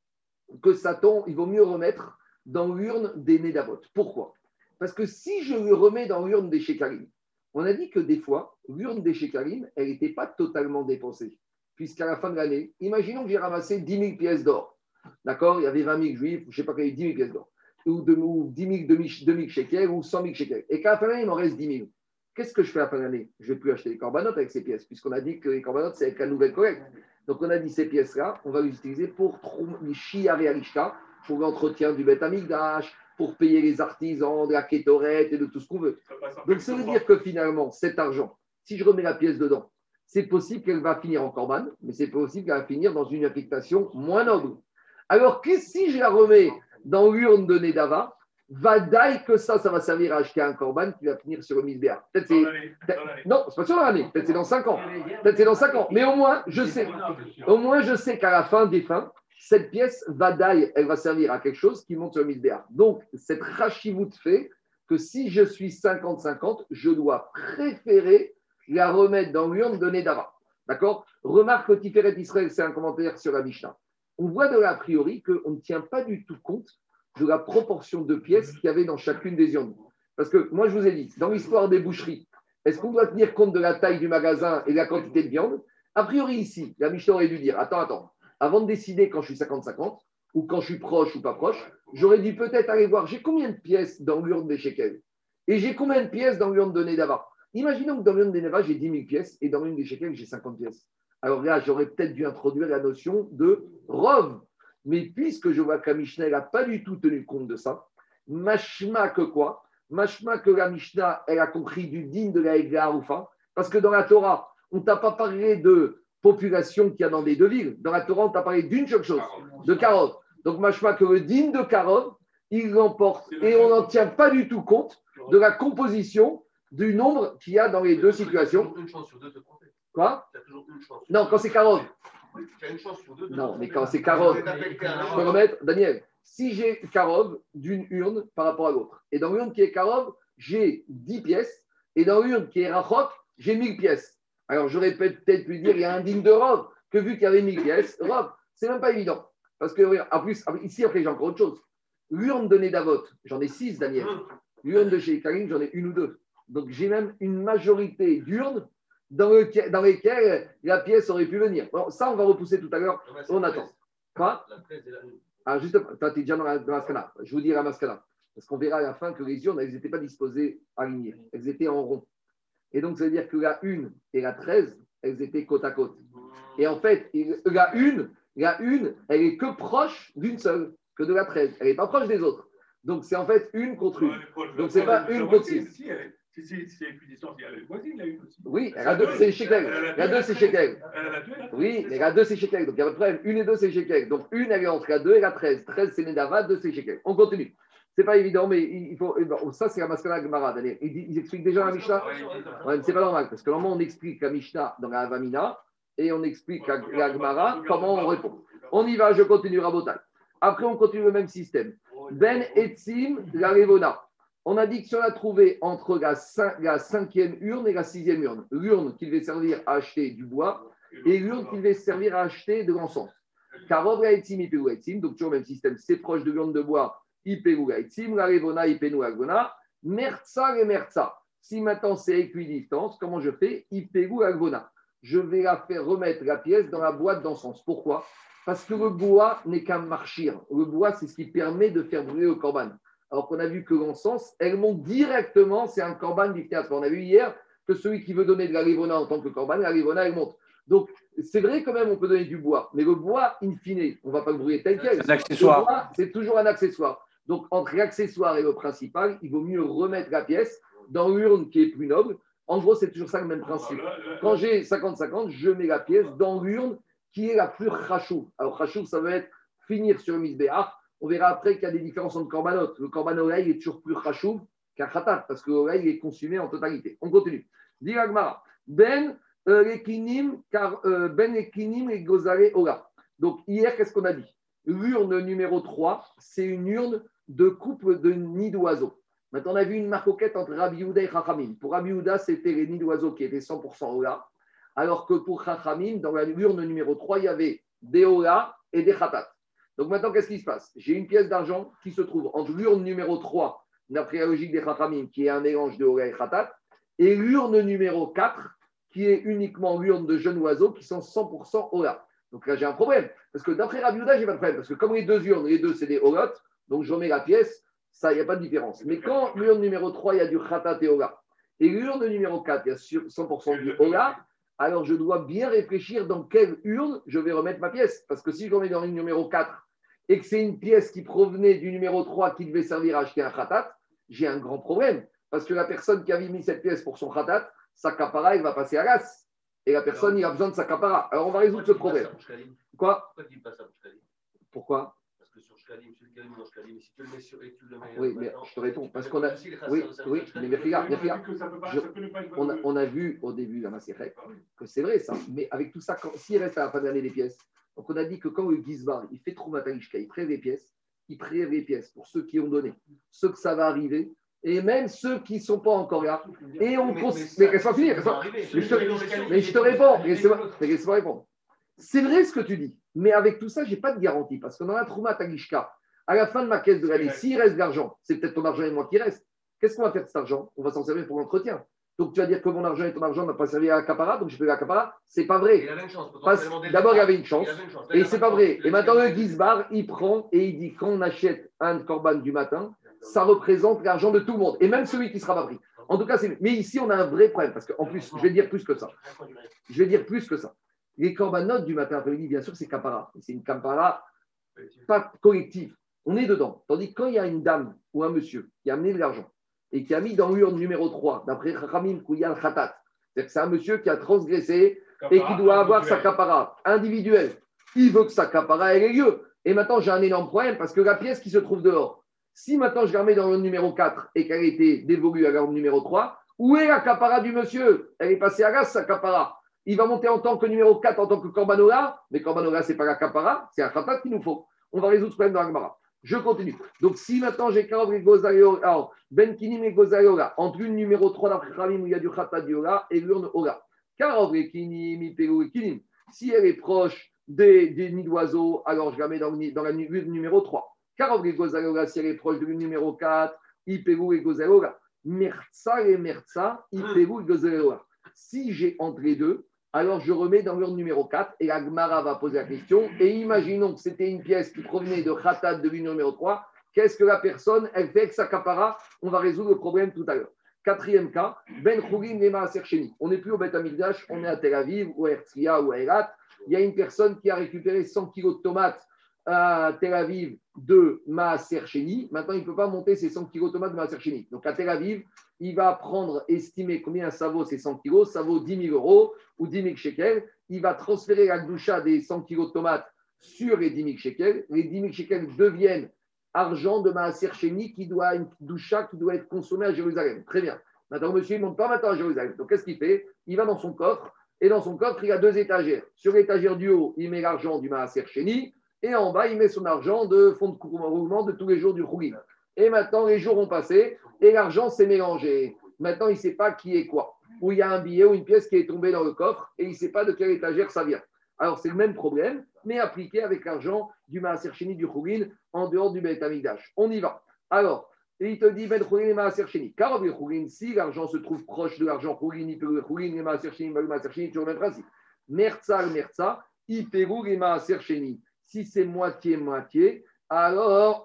que ça tombe, il vaut mieux remettre dans l'urne des Nedavot. Pourquoi? Parce que si je le remets dans l'urne des Shekarim, on a dit que des fois, l'urne des Shekarim, elle n'était pas totalement dépensée. Puisqu'à la fin de l'année, imaginons que j'ai ramassé dix mille pièces d'or. D'accord? Il y avait vingt mille juifs, je ne sais pas quel, dix mille pièces d'or. Ou, de, ou dix mille, deux mille shekels ou cent mille shekels. Et qu'à la fin de l'année, il m'en reste dix mille. Qu'est-ce que je fais à la fin de l'année? Je ne vais plus acheter les corbanotes avec ces pièces, puisqu'on a dit que les corbanotes, c'est avec la nouvelle collecte. Donc on a dit ces pièces-là, on va les utiliser pour les Shia et Alishka, pour l'entretien du Beth Amikdash, pour payer les artisans de la kétorette et de tout ce qu'on veut. Donc ça veut dire que finalement, cet argent, si je remets la pièce dedans, c'est possible qu'elle va finir en corban, mais c'est possible qu'elle va finir dans une affectation moins noble. Alors que si je la remets dans l'urne de Nedava, va d'aille que ça, ça va servir à acheter un corban qui va finir sur le misbéa. Peut-être c'est... Peut-être... Non, c'est pas sur l'année, peut-être c'est dans cinq ans. Peut-être c'est dans cinq ans. Mais au moins, je sais, au moins, je sais qu'à la fin des fins, cette pièce va d'aille, elle va servir à quelque chose qui monte sur le misbéa. Donc, cette rachivout fait que si je suis cinquante cinquante, je dois préférer la remettre dans l'urne de Nedava. D'accord? Remarque que Tiferet Israël, c'est un commentaire sur la Mishnah. On voit de là, a priori, qu'on ne tient pas du tout compte de la proportion de pièces qu'il y avait dans chacune des urnes. Parce que moi, je vous ai dit, dans l'histoire des boucheries, est-ce qu'on doit tenir compte de la taille du magasin et de la quantité de viande? A priori, ici, la Mishnah aurait dû dire, attends, attends, avant de décider quand je suis cinquante cinquante, ou quand je suis proche ou pas proche, j'aurais dû peut-être aller voir, j'ai combien de pièces dans l'urne des shekels? Et j'ai combien de pièces dans l'urne de Nedava? Imaginons que dans l'urne de Nedava, j'ai dix mille pièces, et dans l'urne des shekels, j'ai cinquante pièces. Alors là, j'aurais peut-être dû introduire la notion de rov. Mais puisque je vois que la Mishnah n'a pas du tout tenu compte de ça, machma que quoi? Machma que la Mishnah, elle a compris du digne de la Egla Haroufa, parce que dans la Torah, on ne t'a pas parlé de population qu'il y a dans les deux villes. Dans la Torah, on t'a parlé d'une seule chose, de Karov. Donc machma que le digne de Karov, il l'emporte. Et on n'en tient pas du tout compte de la composition du nombre qu'il y a dans les deux situations. Une chance sur deux de tromper. Quoi? Tu as toujours une chance. Non, quand c'est Karov. Tu as une chance sur deux. Non, mais quand c'est Karov, je peux remettre, Daniel, si j'ai Karov d'une urne par rapport à l'autre, et dans l'urne qui est Karov, j'ai dix pièces, et dans l'urne qui est Rachok, j'ai mille pièces. Alors j'aurais peut-être pu dire, il y a un digne de Rov, que vu qu'il y avait mille pièces, Rov, c'est même pas évident. Parce que, en plus, ici, après, j'ai encore autre chose. L'urne de Nedavot, j'en ai six, Daniel. L'urne de chez Karim, j'en ai une ou deux. Donc j'ai même une majorité d'urnes Dans, le, dans lesquels la pièce aurait pu venir. Bon, ça, on va repousser tout à l'heure. On attend. Quoi? Ah, justement, tu es déjà dans la, dans la Maskana. Je vous dis la Maskana. Parce qu'on verra à la fin que les urnes, elles n'étaient pas disposées alignées. Elles étaient en rond. Et donc, ça veut dire que la une et la treize, elles étaient côte à côte. Et en fait, la une, la une, elle est que proche d'une seule, que de la treize. Elle n'est pas proche des autres. Donc, c'est en fait une contre une. Donc, ce n'est pas une contre six. Si c'est équidistance, il y a la voisine, la une aussi. Oui, elle a deux, c'est shekel. La deux, c'est shekel. Oui, elle a deux, c'est shekel. Donc il y a pas de problème. Une et deux, c'est shekel. Donc une, elle est entre la deux et la treize. treize, c'est Nedava, deux, c'est shekel. On continue. C'est pas évident, mais il faut. Ça, c'est la Maskana Gemara, Daniel. Ils, ils expliquent déjà la Mishnah. Ouais, c'est pas normal, parce que normalement, on explique la Mishnah dans la Avamina et on explique la, la Gemara comment on répond. On y va, je continue, Rabotal. Après, on continue le même système. Ben Etzim, la Revona. On a dit que si on a trouvé entre la, cinq, la cinquième urne et la sixième urne, l'urne qui devait servir à acheter du bois et l'urne qui devait servir à acheter de l'encens. Karov la etzim, ipegu etzim, donc toujours le même système, c'est proche de l'urne de bois, ipegu etzim, la revona, ipenu agvona, merza et merza. Si maintenant c'est équidistance, comment je fais? Ipegu agvona. Je vais la faire remettre la pièce dans la boîte d'encens. Pourquoi? Parce que le bois n'est qu'un marchir. Le bois, c'est ce qui permet de faire brûler le corban. Alors qu'on a vu que l'encens, elle monte directement, c'est un corban du théâtre. On a vu hier que celui qui veut donner de la rivona en tant que corban, la rivona, elle monte. Donc, c'est vrai quand même, on peut donner du bois, mais le bois, in fine, on ne va pas le brûler tel quel. C'est un accessoire. Le bois, c'est toujours un accessoire. Donc, entre l'accessoire et le principal, il vaut mieux remettre la pièce dans l'urne qui est plus noble. En gros, c'est toujours ça le même principe. Quand j'ai cinquante cinquante, je mets la pièce dans l'urne qui est la plus chachou. Alors, chachou, ça veut être finir sur le misbéach. On verra après qu'il y a des différences entre korbanot. Le korban oreille est toujours plus chachouv qu'un khatat, parce que l'oreille est consumée en totalité. On continue. Dit l'Agmara. Ben ekinim ben ekinim et gozare ola. Donc hier, qu'est-ce qu'on a dit? L'urne numéro trois, c'est une urne de coupe de nids d'oiseaux. Maintenant, on a vu une marcoquette entre Rabbi Yehuda et Chachamim. Pour Rabbi Yehuda, c'était les nids d'oiseaux qui étaient cent pour cent ola, alors que pour Chachamim, dans la urne numéro trois, il y avait des ola et des khatat. Donc maintenant, qu'est-ce qui se passe? J'ai une pièce d'argent qui se trouve entre l'urne numéro trois, d'après la logique des Chachamim, qui est un mélange de Ola et Khatat, et l'urne numéro quatre, qui est uniquement l'urne de jeunes oiseaux qui sont cent pour cent Ola. Donc là, j'ai un problème. Parce que d'après Rabbi Yehuda, j'ai pas de problème. Parce que comme les deux urnes, les deux, c'est des Olot, donc je remets la pièce, ça, il n'y a pas de différence. Mais quand l'urne numéro trois, il y a du Khatat et Ola, et l'urne numéro quatre, il y a cent pour cent du Ola, alors je dois bien réfléchir dans quelle urne je vais remettre ma pièce. Parce que si je remets dans l'urne numéro quatre et que c'est une pièce qui provenait du numéro trois qui devait servir à acheter un Khatat, j'ai un grand problème. Parce que la personne qui avait mis cette pièce pour son Khatat, sa capara, elle va passer à l'as. Et la personne, il a besoin de sa capara. Alors on va résoudre ce problème. Quoi? Pourquoi tu dis pas ça pour Shkalim? Pourquoi? Parce que sur Shkalim, sur le Kalim, dans Shkalim, si tu le mets sur et tu le mets. Oui, mais je te réponds. Parce qu'on a. Oui, oui, mais Mefila, Mefila, je- on a, on a vu au début la Maserhet que c'est vrai ça. Mais avec tout ça, quand- s'il reste à la fin de l'année des pièces, donc on a dit que quand le Gizbar, il fait Troumatalishka, il prélève les pièces, il prélève les pièces pour ceux qui ont donné, ceux que ça va arriver, et même ceux qui ne sont pas encore là. Et on cons- mais laisse-moi finir. laisse-moi- Mais je te, mais je te réponds. Laisse-moi mais laisse-moi répondre. C'est vrai ce que tu dis, mais avec tout ça, je n'ai pas de garantie. Parce que dans la Trouma Tagishka, à la fin de ma caisse de l'année, s'il reste de l'argent, c'est peut-être ton argent et moi qui reste. Qu'est-ce qu'on va faire de cet argent? On va s'en servir pour l'entretien. Donc tu vas dire que mon argent et ton argent n'a pas servi à la capara, donc je fais la capara. C'est pas vrai. Il avait une chance. Parce- potentiellement, dès le D'abord, il y départ. avait une chance. Il avait une chance. Et c'est pas vrai. Il a Et maintenant, le dit- Gizbar, il prend et il dit quand on achète un corban du matin, ça représente l'argent de tout le monde. Et même celui qui ne sera pas pris. En tout cas, c'est. Mais ici, on a un vrai problème. Parce qu'en plus, je vais dire plus que ça. Je vais dire plus que ça. Les corbanotes du matin après-midi, bien sûr, c'est capara. C'est une capara pas collective. On est dedans. Tandis que quand il y a une dame ou un monsieur qui a amené de l'argent et qui a mis dans l'urne numéro trois, d'après Ramim Kouyal Khatat, c'est-à-dire que c'est un monsieur qui a transgressé et qui doit avoir sa capara individuelle. Il veut que sa capara ait lieu. Et maintenant, j'ai un énorme problème parce que la pièce qui se trouve dehors, si maintenant je la remets dans l'urne numéro quatre et qu'elle a été dévolue à l'urne numéro trois, où est la capara du monsieur? Elle est passée à l'as, sa capara. Il va monter en tant que numéro quatre, en tant que Corbanola, mais Corbanola, ce n'est pas la capara, c'est un khatat qu'il nous faut. On va résoudre ce problème dans la Gemara. Je continue. Donc, si maintenant j'ai Karov et Gozayola, alors, Ben Kinim et Gozayola, entre l'une numéro trois d'après Khamim où il y a du khatat d'Yola et l'urne Ola. Karov et Kinim, Ipego et Kinim. Si elle est proche des, des nids d'oiseaux, alors je la mets dans, le, dans la l'urne numéro trois. Karov et Gozayola, si elle est proche de l'une numéro quatre, Ipego et Gozayola. Mertsa et Mertsa, Ipego et Gozayola. Si j'ai entre les deux, alors je remets dans l'urne numéro quatre et la Gemara va poser la question. Et imaginons que c'était une pièce qui provenait de Khatat de l'urne numéro trois. Qu'est-ce que la personne, elle fait avec sa capara? On va résoudre le problème tout à l'heure. Quatrième cas, Ben Khourin Lema Asercheni. On n'est plus au Beth Amikdash, on est à Tel Aviv ou à Herzliya ou à Elat. Il y a une personne qui a récupéré cent kilos de tomates à Tel Aviv de Maaser Sheni. Maintenant, il ne peut pas monter ces cent kilos de tomates de Maaser Sheni. Donc à Tel Aviv, il va prendre, estimer combien ça vaut ces cent kilos. Ça vaut dix mille euros ou dix mille shekels. Il va transférer la gdoucha des cent kilos de tomates sur les dix mille shekels. Les dix mille shekels deviennent argent de Maaser Sheni qui doit une gdoucha qui doit être consommée à Jérusalem. Très bien. Maintenant, monsieur, il ne monte pas maintenant à Jérusalem. Donc qu'est-ce qu'il fait? Il va dans son coffre. Et dans son coffre, il y a deux étagères. Sur l'étagère du haut, il met l'argent du Maaser Sheni. Et en bas, il met son argent de fonds de roulement de tous les jours du Khourim. Et maintenant, les jours ont passé et l'argent s'est mélangé. Maintenant, il ne sait pas qui est quoi. Ou il y a un billet ou une pièce qui est tombée dans le coffre et il ne sait pas de quelle étagère ça vient. Alors, c'est le même problème, mais appliqué avec l'argent du Maaser Sheni du Khourim en dehors du Beit Hamikdash. On y va. Alors, il te dit Ben Khourim et Maaser Sheni. Car le Khourim, si l'argent se trouve proche de l'argent Khourim, il peut le Khourim et Maaser Sheni, le Maaser Sheni, toujours le même principe. Merza, Merza, il peut et Maaser Sheni. Si c'est moitié-moitié, alors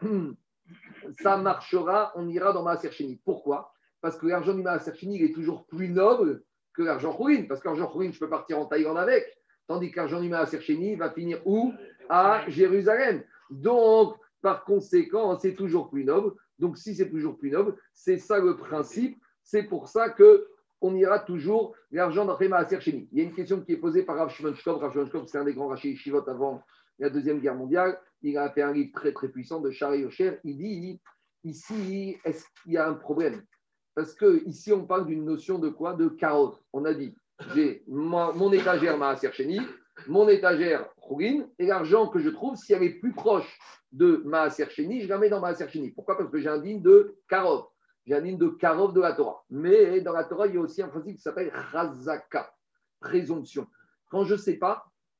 ça marchera, on ira dans Maaser Sheni. Pourquoi? Parce que l'argent du Maaser Sheni, il est toujours plus noble que l'argent Khourin. Parce que l'argent Khourin, je peux partir en Thaïlande avec. Tandis que l'argent du Maaser Sheni va finir où? À Jérusalem. Donc, par conséquent, c'est toujours plus noble. Donc, si c'est toujours plus noble, c'est ça le principe. C'est pour ça qu'on ira toujours l'argent d'après Maaser Sheni. Il y a une question qui est posée par Rav Shimon Shkov. Rav Shimon Shkov, c'est un des grands rachis Shivot avant la Deuxième Guerre mondiale. Il a fait un livre très très puissant de Shari Yosher. Il dit, ici, est-ce qu'il y a un problème? Parce que ici, on parle d'une notion de quoi? De carotte. On a dit, j'ai mon, mon étagère Maaser Sheni, mon étagère Khourin, et l'argent que je trouve, si elle est plus proche de Maaser Sheni, je la mets dans Maaser Sheni. Pourquoi? Parce que j'ai un digne de carotte. J'ai un digne de carotte de la Torah. Mais dans la Torah, il y a aussi un principe qui s'appelle Chazaka, présomption. Quand je ne sais pas,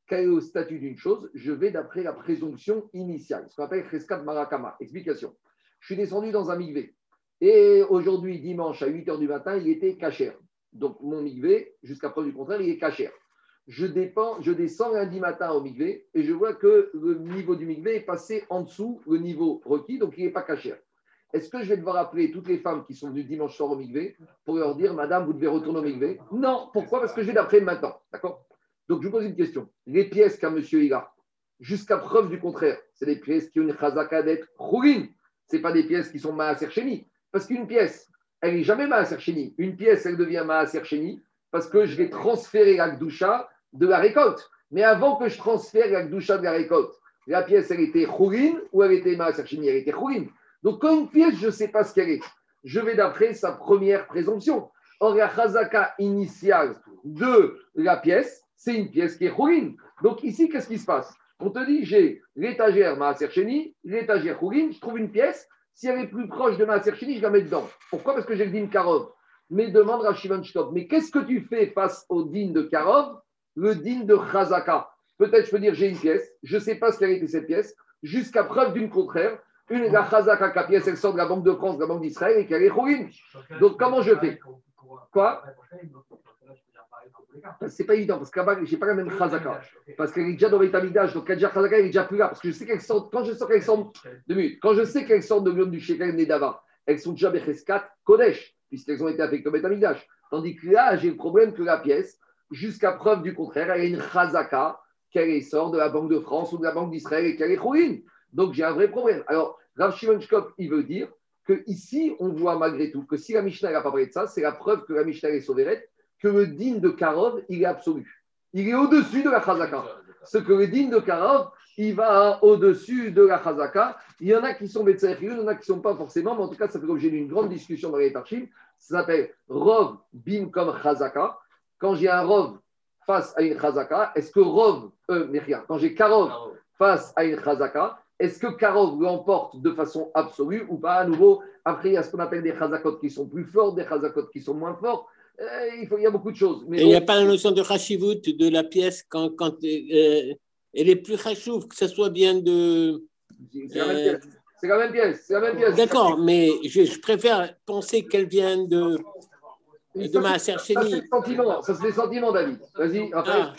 quel est le statut d'une chose? Je vais d'après la présomption initiale, ce qu'on appelle Cheskat Marakama. Explication. Je suis descendu dans un migvé. Et aujourd'hui, dimanche, à huit heures du matin, il était cachère. Donc, mon migvé, jusqu'à preuve du contraire, il est cachère. Je, dépends, je descends lundi matin au migvé et je vois que le niveau du migvé est passé en dessous le niveau requis, donc il n'est pas cachère. Est-ce que je vais devoir appeler toutes les femmes qui sont venues dimanche soir au migvé pour leur dire, madame, vous devez retourner au migvé? Non. Pourquoi? Parce que je vais d'après maintenant. D'accord? Donc, je vous pose une question. Les pièces qu'un monsieur il a, jusqu'à preuve du contraire, c'est des pièces qui ont une chazaka d'être chourine. Ce n'est pas des pièces qui sont maaser chéni. Parce qu'une pièce, elle n'est jamais maaser chéni. Une pièce, elle devient maaser chéni parce que je vais transférer la gdoucha de la récolte. Mais avant que je transfère la gdoucha de la récolte, la pièce, elle était chourine ou elle était maaser chéni? Elle était chourine. Donc, quand une pièce, je ne sais pas ce qu'elle est, je vais d'après sa première présomption. Or, la chazaka initiale de la pièce, c'est une pièce qui est chourine. Donc, ici, qu'est-ce qui se passe? On te dit, j'ai l'étagère maaser chéni, l'étagère chourine, je trouve une pièce. Si elle est plus proche de maaser chéni, je la mets dedans. Pourquoi? Parce que j'ai le din Karov. Mais demande à Shivan Shtop, mais qu'est-ce que tu fais face au din de Karov? Le din de chazaka. Peut-être je peux dire, j'ai une pièce, je ne sais pas ce qu'elle était cette pièce, jusqu'à preuve d'une contraire. Une la chazaka, la pièce, elle sort de la Banque de France, de la Banque d'Israël et qu'elle est chourine. Donc, comment je fais? Quoi? C'est pas évident parce que là-bas, je n'ai pas la même chazaka. Parce qu'elle est déjà dans l'état-midage, donc Kadja chazaka, elle est déjà plus là. Parce que je sais qu'elles sortent, quand je sais qu'elles sortent, deux minutes, quand je sais qu'elles sortent de l'homme du Shekel Nedava, elles sont déjà Becheskat Kodesh, puisqu'elles ont été affectées au l'état-midage. Tandis que là, j'ai le problème que la pièce, jusqu'à preuve du contraire, elle a une chazaka qu'elle sort de la Banque de France ou de la Banque d'Israël et qu'elle est chourine. Donc, j'ai un vrai problème. Alors, Rav Shimon Shkop, il veut dire qu'ici, on voit malgré tout que si la Mishnah n'a pas parlé de ça, c'est la preuve que la Mishnah est souveraine, que le din de Karov, il est absolu. Il est au-dessus de la Chazaka. Ce que le din de Karov, il va au-dessus de la Chazaka. Il y en a qui sont Betsaïr, il y en a qui ne sont pas forcément, mais en tout cas, ça fait l'objet d'une grande discussion dans les Tarchim. Ça s'appelle Rov Bim comme Chazaka. Quand j'ai un Rov face à une Chazaka, est-ce que Rov, euh, mais regarde, quand j'ai Karov face à une Chazaka, est-ce que Karov l'emporte de façon absolue ou pas? À nouveau, après, il y a ce qu'on appelle des chazakot qui sont plus forts, des chazakot qui sont moins forts. Euh, il, faut, il y a beaucoup de choses. Mais Et bon, il n'y a pas la notion de chashivut de la pièce quand, quand euh, elle est plus chashouv, que ce soit bien de. C'est la, euh, c'est la même pièce. C'est la même pièce. D'accord, mais je, je préfère penser qu'elle vient de, de ma Sercheni. Ça, c'est le sentiment, ça, c'est les sentiments, David. Vas-y, après. Ah.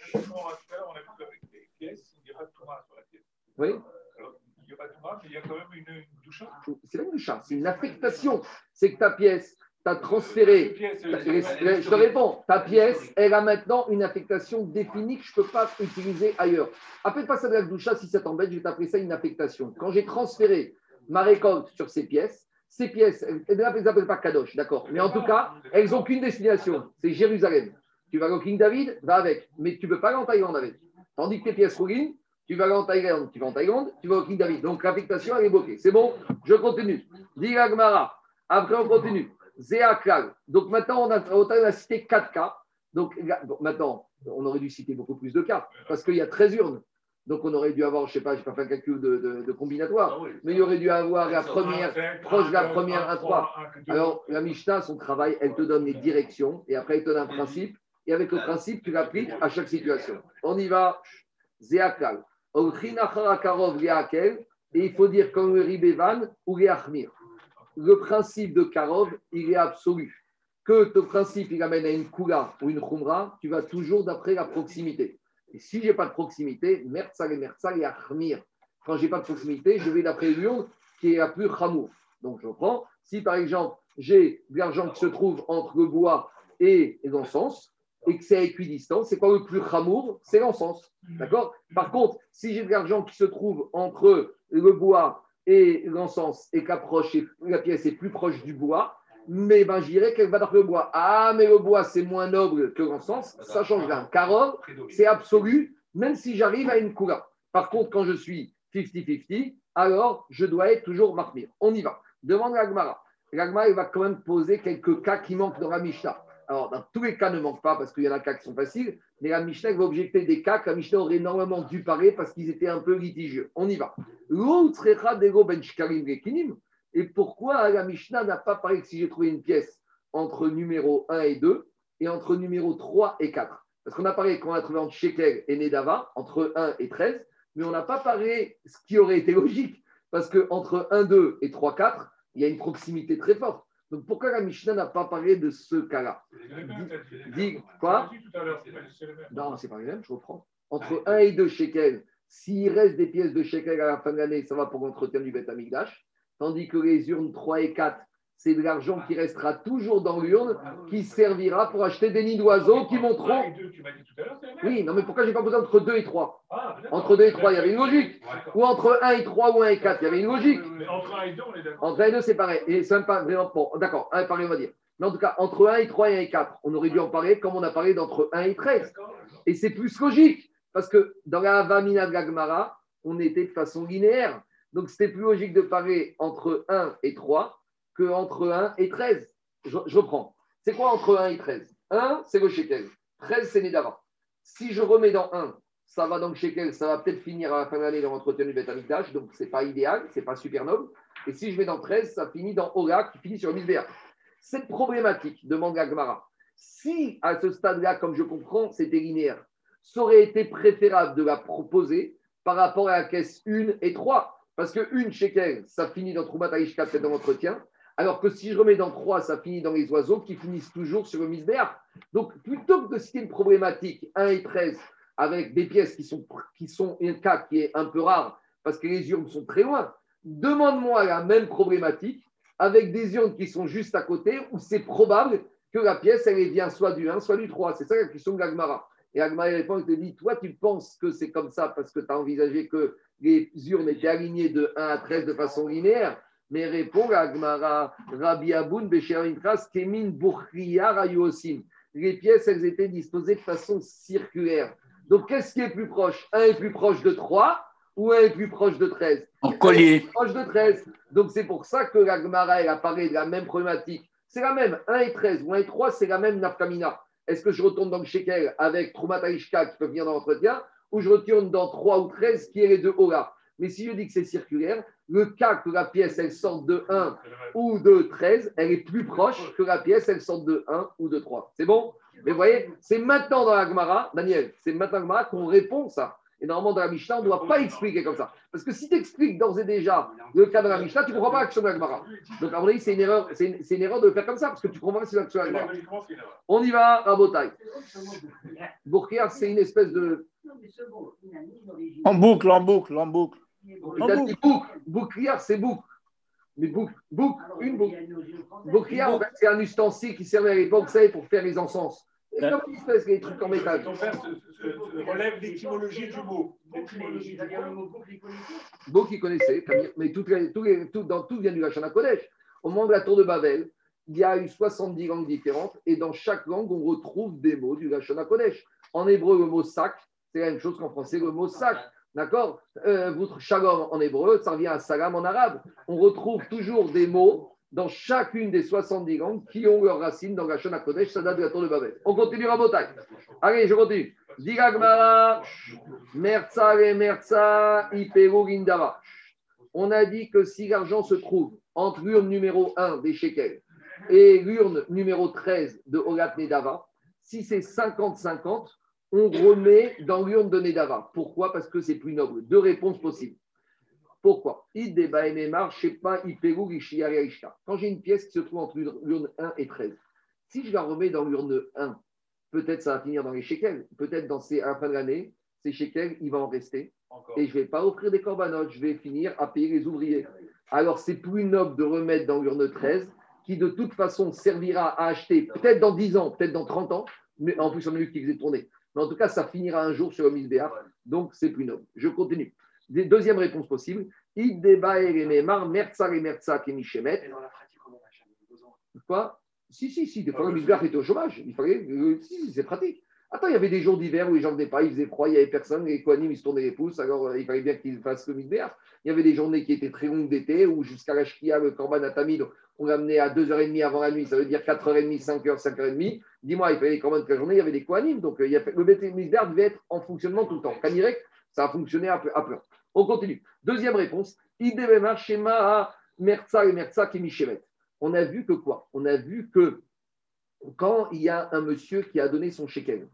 Oui. Il n'y a pas de touma, mais il y a quand même une, une doucha. C'est pas une doucha, c'est une affectation. C'est que ta pièce, tu as transféré. Pièce, ta, je, je te réponds, ta pièce, elle a maintenant une affectation définie que je ne peux pas utiliser ailleurs. Appelle pas ça de la doucha si ça t'embête, je vais t'appeler ça une affectation. Quand j'ai transféré ma récolte sur ces pièces, ces pièces, elles ne s'appellent pas Kadosh, d'accord. Mais en tout cas, elles n'ont qu'une destination, c'est Jérusalem. Tu vas au King David, va avec. Mais tu ne peux pas aller en Thaïlande avec. Tandis que tes pièces roulines, tu vas aller en Thaïlande, tu vas en Thaïlande, tu vas au King David. Donc l'affectation, elle est bloquée. C'est bon? Je continue. Dis Gmara. Après, on continue. Zéaklal. Donc maintenant, on a, on a cité quatre cas. Donc bon, maintenant, on aurait dû citer beaucoup plus de cas parce qu'il y a treize urnes. Donc on aurait dû avoir, je ne sais pas, je n'ai pas fait un calcul de, de, de combinatoire, mais il y aurait dû avoir la première, proche de la première, un trois. Alors la Mishnah, son travail, elle te donne les directions et après, elle te donne un principe. Et avec le principe, tu l'appliques à chaque situation. On y va. Zéaklal. Et il faut dire comme le Ribévan ou les Achmir. Le principe de Karov, il est absolu. Que ton principe, il amène à une Kula ou une Khumra, tu vas toujours d'après la proximité. Et si je n'ai pas de proximité, Mertzal et Mertzal et Achmir. Quand je n'ai pas de proximité, je vais d'après l'urne qui est la plus Chamour. Donc je prends, si par exemple, j'ai de l'argent qui se trouve entre le bois et l'encens, et que c'est à équidistance, c'est quoi le plus chamour? C'est l'encens. D'accord? Par contre, si j'ai de l'argent qui se trouve entre le bois et l'encens et que la pièce est plus proche du bois, mais ben, je dirais qu'elle va dans le bois. Ah, mais le bois, c'est moins noble que l'encens, ça change rien. Karov, c'est absolu, même si j'arrive à une coula. Par contre, quand je suis cinquante cinquante, alors je dois être toujours marmire. On y va. Demande l'Agmara. L'Agmara, il va quand même poser quelques cas qui manquent dans la Mishnah. Alors, dans tous les cas ne manquent pas parce qu'il y en a cas qui sont faciles, mais la Mishnah va objecter des cas que la Mishnah aurait normalement dû parler parce qu'ils étaient un peu litigieux. On y va. Et pourquoi la Mishnah n'a pas parlé que si j'ai trouvé une pièce entre numéro un et deux et entre numéro trois et quatre? Parce qu'on a parlé qu'on a trouvé entre shekel et nedava, entre un et treize, mais on n'a pas parlé ce qui aurait été logique. Parce qu'entre un, deux et trois, quatre, il y a une proximité très forte. Donc pourquoi la Mishnah n'a pas parlé de ce cas-là? Dis quoi? Non, c'est pas les mêmes, je reprends. Entre un et deux shekels, s'il reste des pièces de shekel à la fin de l'année, ça va pour l'entretien du Beth Amikdash. Tandis que les urnes trois et quatre, c'est de l'argent qui restera toujours dans l'urne, qui servira pour acheter des nids d'oiseaux qui monteront. Oui, non, mais pourquoi je n'ai pas besoin entre deux et trois? Entre deux et trois, il y avait une logique. Ou entre un et trois ou un et quatre, il y avait une logique. Entre un et deux, on est d'accord. Entre un et deux, c'est pareil. Et c'est même pas vraiment. Bon, d'accord, un et pareil, on va dire. Mais en tout cas, entre un et trois et un et quatre, on aurait dû en parler comme on a parlé d'entre un et treize. Et c'est plus logique. Parce que dans la Vamina de la Gemara, on était de façon linéaire. Donc, c'était plus logique de parler entre un et trois qu'entre un et treize. Je, je reprends. C'est quoi entre un et treize? un, c'est le shekel. treize, c'est Nedava. Si je remets dans un, ça va dans le shekel, ça va peut-être finir à la fin de l'année dans l'entretien du Beth Amikdash, donc ce n'est pas idéal, ce n'est pas super noble. Et si je mets dans treize, ça finit dans Ola, qui finit sur le Misbéach. Cette problématique, demande la Gemara, si à ce stade-là, comme je comprends, c'était linéaire, ça aurait été préférable de la proposer par rapport à la caisse un et trois. Parce que une shekel, ça finit dans Troumat Aishka, c'est dans l'entretien. Alors que si je remets dans trois, ça finit dans les oiseaux qui finissent toujours sur le Misbéach. Donc, plutôt que de citer une problématique un et treize avec des pièces qui sont, qui sont un cas qui est un peu rare parce que les urnes sont très loin, demande-moi la même problématique avec des urnes qui sont juste à côté où c'est probable que la pièce, elle vient soit du un, soit du trois. C'est ça la question de l'Agmara. Et Agmara répond, il te dit, toi, tu penses que c'est comme ça parce que tu as envisagé que les urnes étaient alignées de un à treize de façon linéaire. Mais répond Agmara, Rabbi Aboun, Becherintras, Kemin, Bourkhria, Rayosim. Les pièces, elles étaient disposées de façon circulaire. Donc, qu'est-ce qui est plus proche? Un est plus proche de trois ou un est plus proche de treize? En collier. Plus proche de treize. Donc, c'est pour ça que l'Agmara, elle a parlé de la même problématique. C'est la même. un et treize ou un et trois, c'est la même nafkamina. Est-ce que je retourne dans le shekel avec Troumat Aishka qui peut venir dans l'entretien ou je retourne dans trois ou treize qui est les deux Ola? Mais si je dis que c'est circulaire, le cas que la pièce elle sorte de un ou de treize, elle est plus proche que la pièce elle sorte de un ou de trois. C'est bon? Mais vous voyez, c'est maintenant dans la Gemara, Daniel, c'est maintenant dans la Gemara qu'on répond ça. Et normalement, dans la Mishnah, on ne doit pas expliquer comme ça. Parce que si tu expliques d'ores et déjà le cas de la Mishnah, tu ne comprends pas l'action de la Gemara. Donc, à mon avis, c'est une erreur, c'est une, c'est une erreur de le faire comme ça, parce que tu comprends pas c'est l'action de la Gemara. On y va, Rabotai. Bourkhia, c'est une espèce de. En boucle, en boucle, en boucle. Il a dit boucle. Bourkhia, c'est boucle. Mais boucle, boucle, une boucle. Bourkhia, en fait, c'est un ustensile qui servait à l'époque, vous savez, pour faire les encens. Et comme une espèce, les trucs en métal. Ton père relève l'étymologie du mot. Boucle, il connaissait, mais tout, tout, tout, dans tout vient du Lachon HaKodesh. Au moment de la tour de Babel, il y a eu soixante-dix langues différentes et dans chaque langue, on retrouve des mots du Lachon HaKodesh. En hébreu, le mot sac, c'est la même chose qu'en français, le mot sac. D'accord? euh, Votre shalom en hébreu, ça revient à salam en arabe. On retrouve toujours des mots dans chacune des soixante-dix langues qui ont leurs racines dans la Lachon HaKodesh, ça date de la tour de Babel. On continue à Botaï. Allez, je continue. Digagmara, Merza et Merza, Iperu Gindava. On a dit que si l'argent se trouve entre l'urne numéro un des shekels et l'urne numéro treize de Olat Nedava, si c'est cinquante cinquante, on remet dans l'urne de Nedava. Pourquoi? Parce que c'est plus noble. Deux réponses possibles. Pourquoi? Quand j'ai une pièce qui se trouve entre l'urne un et treize, si je la remets dans l'urne un, peut-être ça va finir dans les shekels. Peut-être dans ces, à la fin de l'année, ces shekels, il va en rester. Encore. Et je ne vais pas offrir des corbanotes, je vais finir à payer les ouvriers. Alors, c'est plus noble de remettre dans l'urne treize, qui de toute façon servira à acheter, peut-être dans dix ans, peut-être dans trente ans, mais en plus, on a vu qu'il faisait tourner. Mais en tout cas, ça finira un jour sur le Misbéach, donc c'est plus noble. Je continue. Deuxième réponse possible. Quoi? Si, si, si, des fois, le Misbéach était au chômage. Il fallait, euh, si, c'est pratique. Attends, il y avait des jours d'hiver où les gens ne venaient pas, il faisait froid, il n'y avait personne, les Kohanim, ils se tournaient les pouces, alors euh, il fallait bien qu'ils fassent le Misbéach. Il y avait des journées qui étaient très longues d'été, où jusqu'à la Shkia, le Korban Atamid, on l'amenait à deux heures trente avant la nuit, ça veut dire quatre heures trente, cinq heures, cinq heures trente. Dis-moi, il fallait les Korban toute la journée, il y avait des Kohanim, donc euh, il y a, le Misbéach devait être en fonctionnement tout le temps. Kanirek, ça a fonctionné à plein. On continue. Deuxième réponse, Idevema Shema Merza et Merza Kemishemet. On a vu que quoi? On a vu que quand il y a un monsieur qui a donné son shekel,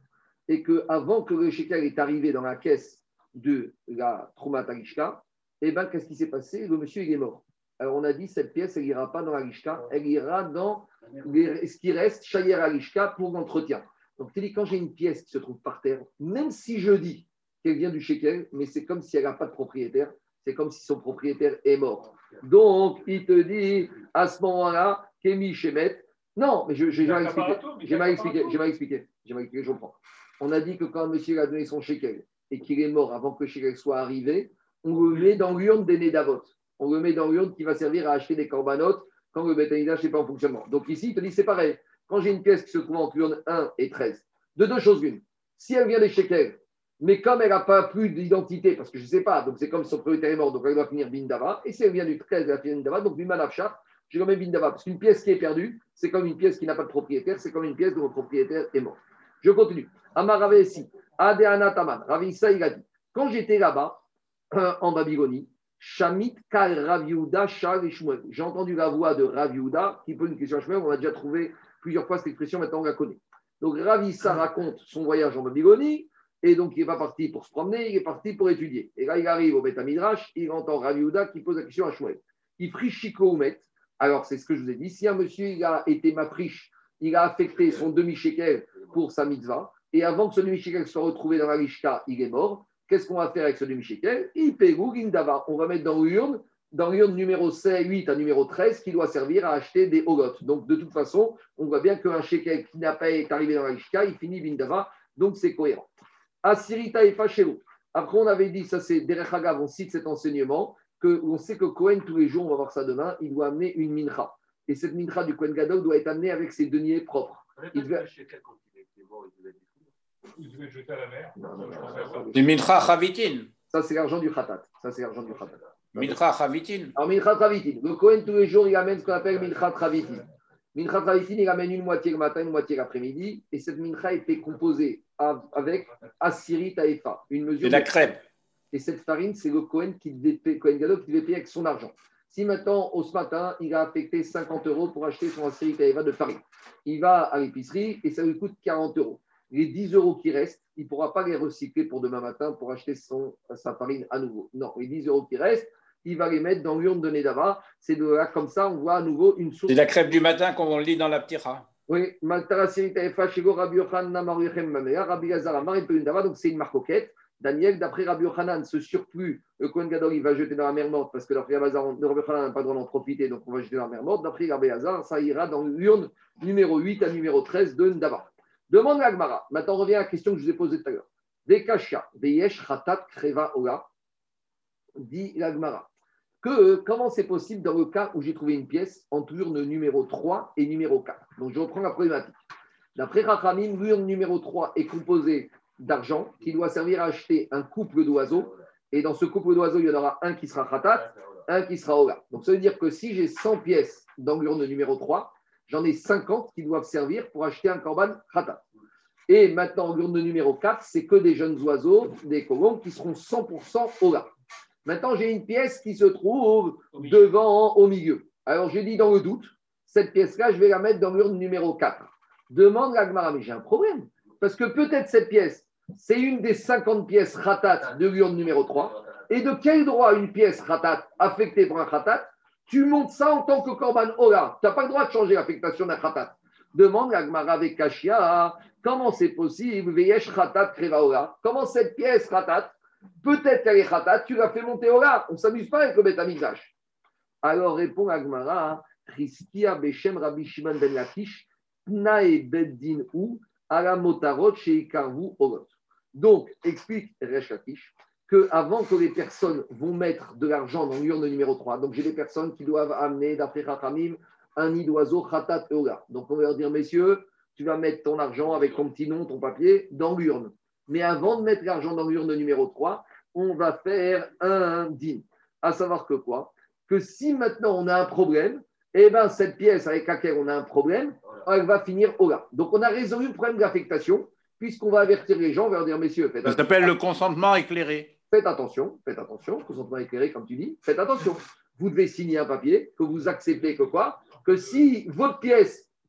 et qu'avant que le shekel est arrivé dans la caisse de la Troumat Alishka, eh ben, qu'est-ce qui s'est passé? Le monsieur, il est mort. Alors, on a dit, cette pièce, elle n'ira pas dans la Lishka, elle ira dans les, ce qui reste, Shayer Alishka, pour l'entretien. Donc, tu dis, quand j'ai une pièce qui se trouve par terre, même si je dis qu'elle vient du shekel, mais c'est comme si elle n'a pas de propriétaire, c'est comme si son propriétaire est mort. Donc, il te dit, à ce moment-là, Kémi Shemet, non, mais je, je, j'ai mal expliqué, j'ai mal expliqué, j'ai mal expliqué, j'ai mal expliqué, je comprends. On a dit que quand un monsieur a donné son shekel et qu'il est mort avant que le shekel soit arrivé, on le met dans l'urne des Nedavot. On le met dans l'urne qui va servir à acheter des corbanotes quand le Beth Amikdash n'est pas en fonctionnement. Donc ici, il te dit, c'est pareil. Quand j'ai une pièce qui se trouve entre l'urne un et treize, de deux choses l'une. Si elle vient des shekels, mais comme elle n'a pas plus d'identité, parce que je ne sais pas, donc c'est comme si son propriétaire est mort, donc elle doit finir Bindava. Et si elle vient du treize, elle va finir Bindava, donc Bimanafshar, j'ai quand même Bindava. Parce qu'une pièce qui est perdue, c'est comme une pièce qui n'a pas de propriétaire, c'est comme une pièce dont le propriétaire est mort. Je continue. Amar Ravesi, Adeana Taman, Ravissa, il a dit, quand j'étais là-bas, euh, en Babylonie, Shamit Kal Rav Yehuda Shal et Shmuel. J'ai entendu la voix de Rav Yehuda qui pose une question à Shmuel. On a déjà trouvé plusieurs fois cette expression, maintenant on la connaît. Donc Rav Issa raconte son voyage en Babylonie et donc il n'est pas parti pour se promener, il est parti pour étudier. Et là il arrive au Beth Midrash, il entend Rav Yehuda qui pose la question à Shmuel. Il friche Shiko Oumet. Alors c'est ce que je vous ai dit. Si un monsieur il a été mafriche, il a affecté son demi-shekel pour sa mitzvah et avant que ce demi-shekel soit retrouvé dans la lishka, il est mort. Qu'est-ce qu'on va faire avec ce demi-shekel? On va mettre dans l'urne, dans l'urne numéro huit à numéro treize, qui doit servir à acheter des holotes. Donc, de toute façon, on voit bien qu'un shekel qui n'a pas été arrivé dans la lishka, il finit Vindava, donc c'est cohérent. Asirita et Fachéou. Après, on avait dit, ça c'est Derech Hagav, on cite cet enseignement, que, on sait que Cohen, tous les jours, on va voir ça demain, il doit amener une mincha. Et cette mincha du Cohen Gadol doit être amenée avec ses deniers propres. Il devait... Il devait jeter à la mer. Non, non, non, du Mincha Chavitin. Ça, c'est l'argent du Khatat. Ça, c'est l'argent du Khatat. Mincha Chavitin. Alors, Mincha Chavitin. Le Cohen, tous les jours, il amène ce qu'on appelle Mincha Chavitin. Mincha Chavitin, il amène une moitié le matin, une moitié l'après-midi. Et cette Mincha était composée avec Asiri Taïfa, une mesure. De la crêpe. Et cette farine, c'est le Cohen qui devait payer, Cohen Gadol qui devait payer avec son argent. Si maintenant, au ce matin, il a affecté cinquante euros pour acheter son Asiri Taïfa de farine, il va à l'épicerie et ça lui coûte quarante euros. Les dix euros qui restent, il ne pourra pas les recycler pour demain matin pour acheter son, sa farine à nouveau. Non, les dix euros qui restent, il va les mettre dans l'urne de Nedava. C'est de là, comme ça, on voit à nouveau une source. C'est la crêpe du matin qu'on lit dans la ptira. Oui, donc c'est une marcoquette. Daniel, d'après Rabbi Yochanan, ce surplus, le Kohen Gadol, il va jeter dans la mer morte parce que d'après Rabbi Yochanan n'a pas le droit d'en profiter, donc on va jeter dans la mer morte. D'après Rabbi Hazar, ça ira dans l'urne numéro huit à numéro treize de Ndava. Demande la Gemara. Maintenant, on revient à la question que je vous ai posée tout à l'heure. Des kashia, des yesh, khatat, kreva, ola, dit la Gemara. Que, comment c'est possible dans le cas où j'ai trouvé une pièce entre l'urne numéro trois et numéro quatre? Donc, je reprends la problématique. D'après Rachamim, l'urne numéro trois est composée d'argent qui doit servir à acheter un couple d'oiseaux. Et dans ce couple d'oiseaux, il y en aura un qui sera khatat, un qui sera ola. Donc, ça veut dire que si j'ai cent pièces dans l'urne numéro trois, j'en ai cinquante qui doivent servir pour acheter un korban khatat. Et maintenant, l'urne numéro quatre, c'est que des jeunes oiseaux, des colombes, qui seront cent pour cent ola. Maintenant, j'ai une pièce qui se trouve devant, au milieu. Alors, j'ai dit dans le doute, cette pièce-là, je vais la mettre dans l'urne numéro quatre. Demande la Gemara, mais j'ai un problème. Parce que peut-être cette pièce, c'est une des cinquante pièces khatat de l'urne numéro trois. Et de quel droit une pièce khatat affectée pour un khatat, tu montes ça en tant que korban ola? Tu n'as pas le droit de changer l'affectation d'un khatat. Demande la Gemara avec Kashia, comment c'est possible? Veyesh khatat kreva ola. Comment cette pièce khatat, peut-être qu'elle est khatat, tu l'as fait monter ola. On ne s'amuse pas avec le Beth Amikdash. Alors répond la Gemara, Riskia Beshem Rabbi Shimon ben Lakish, Tnae Beddin ou Ala Motarot Sheikarvu Olot. Donc, explique Resh Lakish qu'avant que les personnes vont mettre de l'argent dans l'urne numéro trois, donc j'ai des personnes qui doivent amener, d'après Chachamim, un nid d'oiseau, khatat et ola. Donc on va leur dire, messieurs, tu vas mettre ton argent avec ton petit nom, ton papier, dans l'urne. Mais avant de mettre l'argent dans l'urne numéro trois, on va faire un din. À savoir que quoi? Que si maintenant on a un problème, eh bien cette pièce avec laquelle on a un problème, elle va finir ola. Donc on a résolu le problème d'affectation, puisqu'on va avertir les gens, on va leur dire, messieurs, faites attention. Ça s'appelle le consentement éclairé. Faites attention, faites attention, consentement éclairé, comme tu dis, faites attention. Vous devez signer un papier que vous acceptez que quoi? Que si votre pièce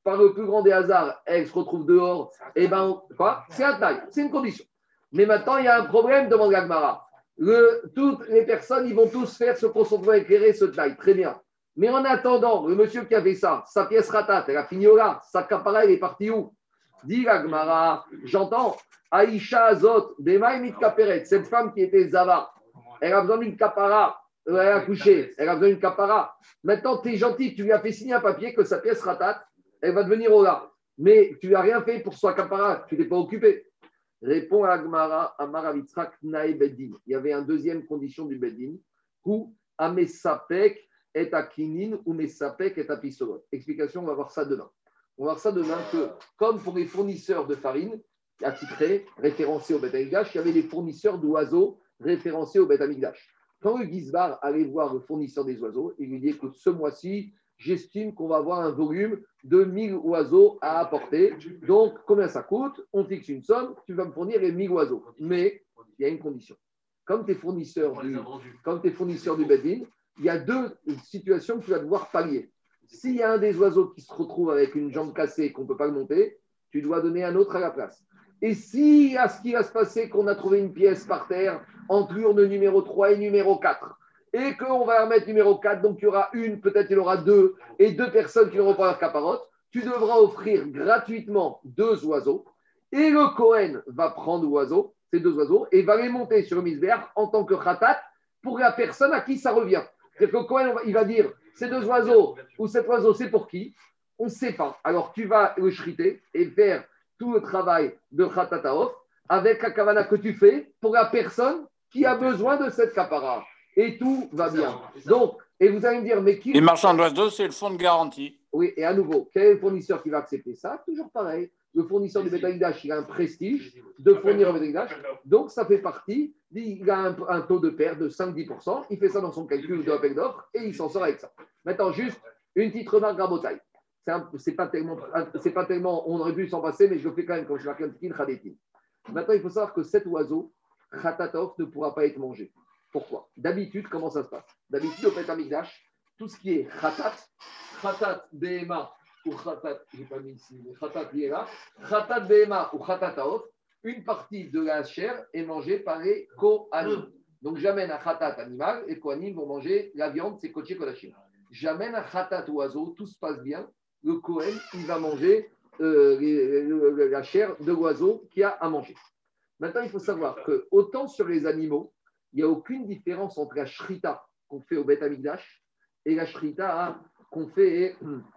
par le plus grand des hasards, elle se retrouve dehors, et ben, quoi? C'est un taille, c'est une condition. Mais maintenant, il y a un problème, demande Gagmara. Le, toutes les personnes, ils vont tous faire ce consentement éclairé, ce taille. Très bien. Mais en attendant, le monsieur qui a fait ça, sa pièce ratate, elle a fini au là, sa capara, elle est partie où? Dit Gagmara, j'entends, Aïcha Azot, Demaï Mitkaperet, cette femme qui était Zava, elle a besoin d'une capara, elle a accouché, elle a besoin d'une capara. Maintenant, tu es gentil, tu lui as fait signer un papier que sa pièce ratate, elle va devenir au là. Mais tu n'as rien fait pour sa capara, tu ne t'es pas occupé. Répond à Agmara, Amar Avitzrak Nae Beddin. Il y avait une deuxième condition du Beddin, où Amesapek est à Kinin ou Mesapek est à Pissolot. Explication, on va voir ça demain. On va voir ça demain que, comme pour les fournisseurs de farine, attitrés, référencés au Beth Amikdash, il y avait des fournisseurs d'oiseaux référencés au Beth Amikdash. Quand le Gizbar allait voir le fournisseur des oiseaux, il lui dit écoute, ce mois-ci, j'estime qu'on va avoir un volume de mille oiseaux à apporter. Donc, combien ça coûte? On fixe une somme, tu vas me fournir les mille oiseaux. Mais il y a une condition. Comme tu es fournisseur du, comme tu es fournisseur du Bedin, il y a deux situations que tu vas devoir pallier. S'il y a un des oiseaux qui se retrouve avec une jambe cassée et qu'on ne peut pas le monter, tu dois donner un autre à la place. Et si, à ce qui va se passer, qu'on a trouvé une pièce par terre entre l'urne numéro trois et numéro quatre, et qu'on va remettre numéro quatre, donc il y aura une, peut-être il y aura deux, et deux personnes qui n'auront pas leur caparotte, tu devras offrir gratuitement deux oiseaux, et le Kohen va prendre l'oiseau, ces deux oiseaux, et va les monter sur le misbéach en tant que khatat pour la personne à qui ça revient. C'est-à-dire que le Kohen, il va dire, ces deux oiseaux, ou cet oiseau, c'est pour qui? On ne sait pas. Alors tu vas le shriter et faire tout le travail de khatataof avec la kavana que tu fais pour la personne qui a besoin de cette kapara. Et tout va bien. Donc, et vous allez me dire, mais qui... Les marchands d'oiseaux, c'est le fonds de garantie. Oui, et à nouveau, quel est le fournisseur qui va accepter ça? Toujours pareil. Le fournisseur du Beth Amikdash, il a un prestige de fournir un Beth Amikdash. Donc, ça fait partie, il a un, un taux de perte de cinq à dix pour cent. Il fait ça dans son calcul de appel d'offres et il s'en sort avec ça. Maintenant, juste une petite remarque Rabotai. C'est pas tellement, c'est pas tellement, on aurait pu s'en passer, mais je le fais quand même quand je marque un petit khadetin. Maintenant, il faut savoir que cet oiseau, khatatov, ne pourra pas être mangé. Pourquoi? D'habitude, comment ça se passe? D'habitude, au Beth Amikdash, tout ce qui est khatat, khatat behema ou khatat, j'ai pas mis ici, mais khatat liera, khatat behema ou khatataof, une partie de la chair est mangée par les kohanim. Donc, j'amène un khatat animal et kohanim vont manger la viande, c'est koché kodashim. J'amène un khatat oiseau, tout se passe bien. Le Kohen, il va manger euh, les, les, la chair de l'oiseau qu'il a à manger. Maintenant, il faut savoir que autant sur les animaux, il n'y a aucune différence entre la shrita qu'on fait au Beth Amikdash et la shrita qu'on fait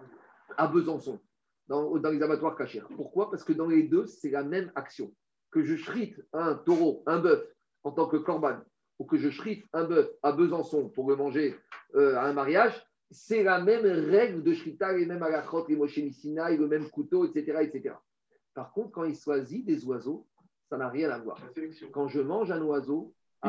à Besançon, dans, dans les abattoirs cachers. Pourquoi? Parce que dans les deux, c'est la même action. Que je shrite un taureau, un bœuf en tant que korban, ou que je shrite un bœuf à Besançon pour le manger euh, à un mariage, c'est la même règle de shrita, les mêmes halachot, les Moshe Missinaï, le même couteau, et cetera, et cetera. Par contre, quand il choisit des oiseaux, ça n'a rien à voir. Quand je mange un oiseau,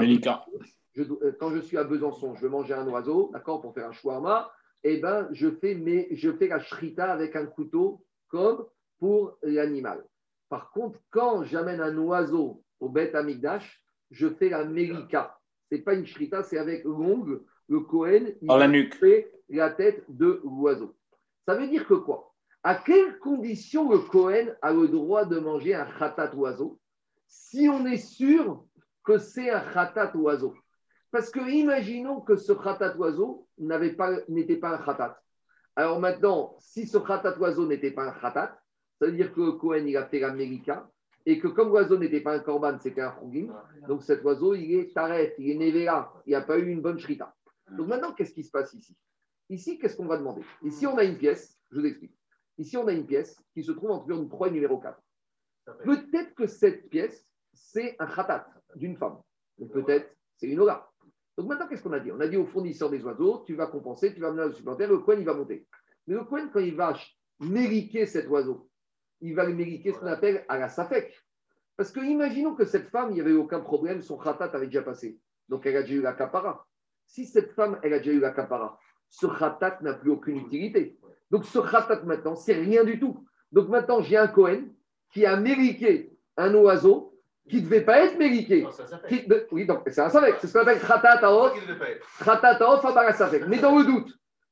je, quand je suis à Besançon, je veux manger un oiseau, d'accord, pour faire un shawarma, eh ben, je fais, mes, je fais la shrita avec un couteau comme pour l'animal. Par contre, quand j'amène un oiseau au Beth Amikdash, je fais la melika. Ce n'est pas une shrita, c'est avec l'ongle, le Kohen, il dans la nuque. Fait la tête de l'oiseau. Ça veut dire que quoi? À quelles conditions le Kohen a le droit de manger un khatat oiseau si on est sûr que c'est un khatat oiseau? Parce que imaginons que ce khatat oiseau n'avait pas, n'était pas un khatat. Alors maintenant, si ce khatat oiseau n'était pas un khatat, ça veut dire que le Kohen il a fait la melika et que comme l'oiseau n'était pas un korban, c'était un chugim, donc cet oiseau il est taref, il est nevera, il n'y a pas eu une bonne shrita. Donc maintenant, qu'est-ce qui se passe ici? Ici, qu'est-ce qu'on va demander? Ici, on a une pièce, je vous explique. Ici, on a une pièce qui se trouve entre numéro trois et numéro quatre. Peut-être que cette pièce, c'est un khatat d'une femme. Mais peut-être, c'est une ola. Donc maintenant, qu'est-ce qu'on a dit? On a dit au fournisseur des oiseaux, tu vas compenser, tu vas amener un supplémentaire, le Kohen, il va monter. Mais le Kohen, quand il va mériquer cet oiseau, il va le mériquer ce qu'on appelle à la safek. Parce que imaginons que cette femme, il n'y avait aucun problème, son khatat avait déjà passé. Donc elle a déjà eu la kapara. Si cette femme, elle a déjà eu la kapara, ce khatat n'a plus aucune utilité. Donc ce khatat maintenant, c'est rien du tout. Donc maintenant, j'ai un Kohen qui a mériqué un oiseau qui ne devait pas être mériqué. Qui, de, oui, donc c'est un safek. C'est ce qu'on appelle khatat aof. Khatat aof abara safek. Mais dans le doute,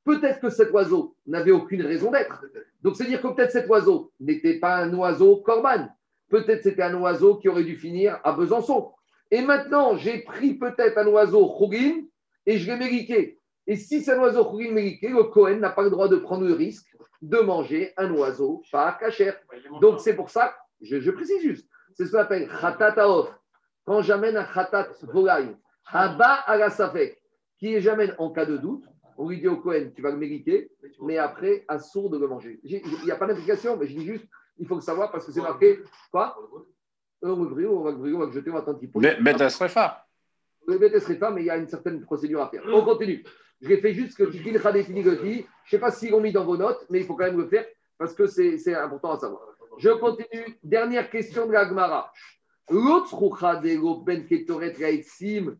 peut-être que cet oiseau n'avait aucune raison d'être. Donc, c'est-à-dire que peut-être cet oiseau n'était pas un oiseau corban. Peut-être c'était un oiseau qui aurait dû finir à Besançon. Et maintenant, j'ai pris peut-être un oiseau chougin et je l'ai mériqué. Et si c'est un oiseau chougin mériqué, le Kohen n'a pas le droit de prendre le risque de manger un oiseau pas kasher. Donc, c'est pour ça, je, je précise juste, c'est ce qu'on appelle khatat haof. Quand j'amène un khatat volaille, haba ala safek, qui j'amène en cas de doute, on lui dit au Kohen, tu vas le mériter, mais après, à sourd de le manger. Il n'y a pas d'implication, mais je dis juste, il faut le savoir parce que c'est marqué, quoi on va le brûler, on va le brûler, on va le jeter, on va attendre qu'il pousse. Mais ça serait pas. Le bête serait pas, mais il y a une certaine procédure à faire. On continue. Je l'ai fait juste que tu dis le défini le dit. Je ne sais pas s'ils l'ont mis dans vos notes, mais il faut quand même le faire parce que c'est, c'est important à savoir. Je continue. Dernière question de la Gemara. L'autre roucha de l'open ketoret gaïtsim,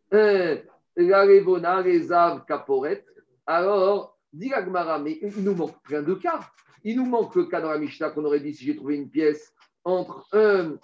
la levona, les av kaporet. Alors, dit la Gemara, mais il nous manque plein de cas. Il nous manque le cas dans la Mishnah qu'on aurait dit si j'ai trouvé une pièce entre un.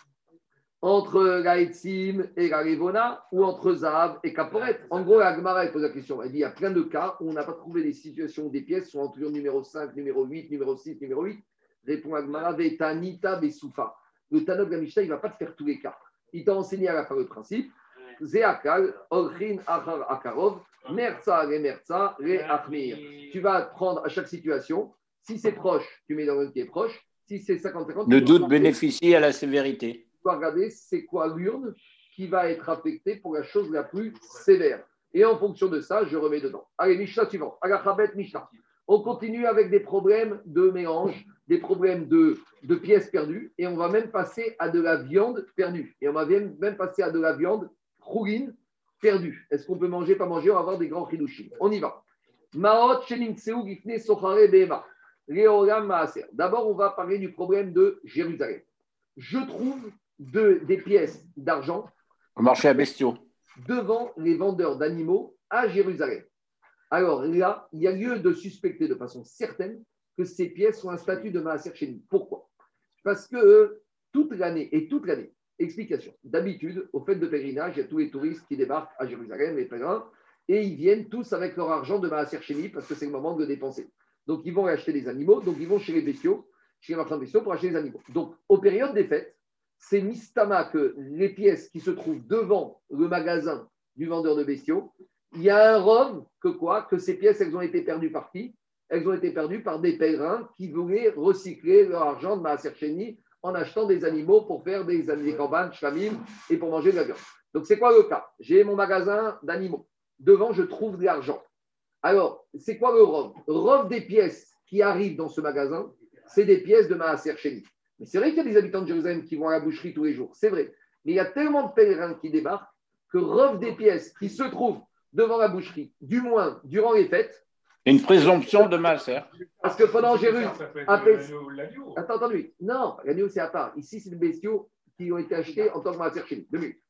Entre la Etzim et la Levona ou entre Zahav et Kaporet. En gros, la Gemara pose la question. Elle dit il y a plein de cas où on n'a pas trouvé des situations où des pièces sont entre numéro cinq, numéro huit, numéro six, numéro huit. Répond la Gemara Vetanita Besoufa. Le Tanok de la Mishnah, il ne va pas te faire tous les cas. Il t'a enseigné à la fin le principe. Zeakal, Olchin, Achar, Akarov, Merza, le Merza, le Achmir. Tu vas prendre à chaque situation. Si c'est proche, tu mets dans le qui est proche. Si c'est cinquante cinquante, le doute bénéficie à la sévérité. Regarder c'est quoi l'urne qui va être affectée pour la chose la plus sévère. Et en fonction de ça, je remets dedans. Allez, Mishnah suivant. Agachabet Mishnah. On continue avec des problèmes de mélange, des problèmes de, de pièces perdues, et on va même passer à de la viande perdue. Et on va même, même passer à de la viande chougine perdue. Est-ce qu'on peut manger, pas manger? On va avoir des grands chidushim. On y va. Maot shenintseu gifne sochare beema. Leolam maaser. D'abord, on va parler du problème de Jérusalem. Je trouve de, des pièces d'argent au marché à bestiaux devant les vendeurs d'animaux à Jérusalem. Alors là, il y a lieu de suspecter de façon certaine que ces pièces sont un statut de Maaser Sheni. Pourquoi? Parce que euh, toute l'année, et toute l'année, explication, d'habitude, au fait de pèlerinage, il y a tous les touristes qui débarquent à Jérusalem, les pèlerins, et ils viennent tous avec leur argent de Maaser Sheni parce que c'est le moment de le dépenser. Donc ils vont acheter des animaux, donc ils vont chez les bestiaux, chez les marchands de bestiaux pour acheter des animaux. Donc aux périodes des fêtes, c'est mistama que les pièces qui se trouvent devant le magasin du vendeur de bestiaux, il y a un rhum que quoi? Que ces pièces, elles ont été perdues par qui? Elles ont été perdues par des pèlerins qui voulaient recycler leur argent de Maaser Sheni en achetant des animaux pour faire des, des corbanes, shlamim et pour manger de la viande. Donc c'est quoi le cas? J'ai mon magasin d'animaux. Devant, je trouve de l'argent. Alors, c'est quoi le rhum? Rhum des pièces qui arrivent dans ce magasin, c'est des pièces de Maaser Sheni. Mais c'est vrai qu'il y a des habitants de Jérusalem qui vont à la boucherie tous les jours, c'est vrai. Mais il y a tellement de pèlerins qui débarquent que revient des pièces qui se trouvent devant la boucherie, du moins durant les fêtes. Une présomption de Maaser. Parce que pendant Jérusalem. L'agneau, l'agneau. Attends, attends, lui. Non, l'agneau, c'est à part. Ici, c'est des bestiaux qui ont été achetés en tant que Maaser Sheni. Deux minutes.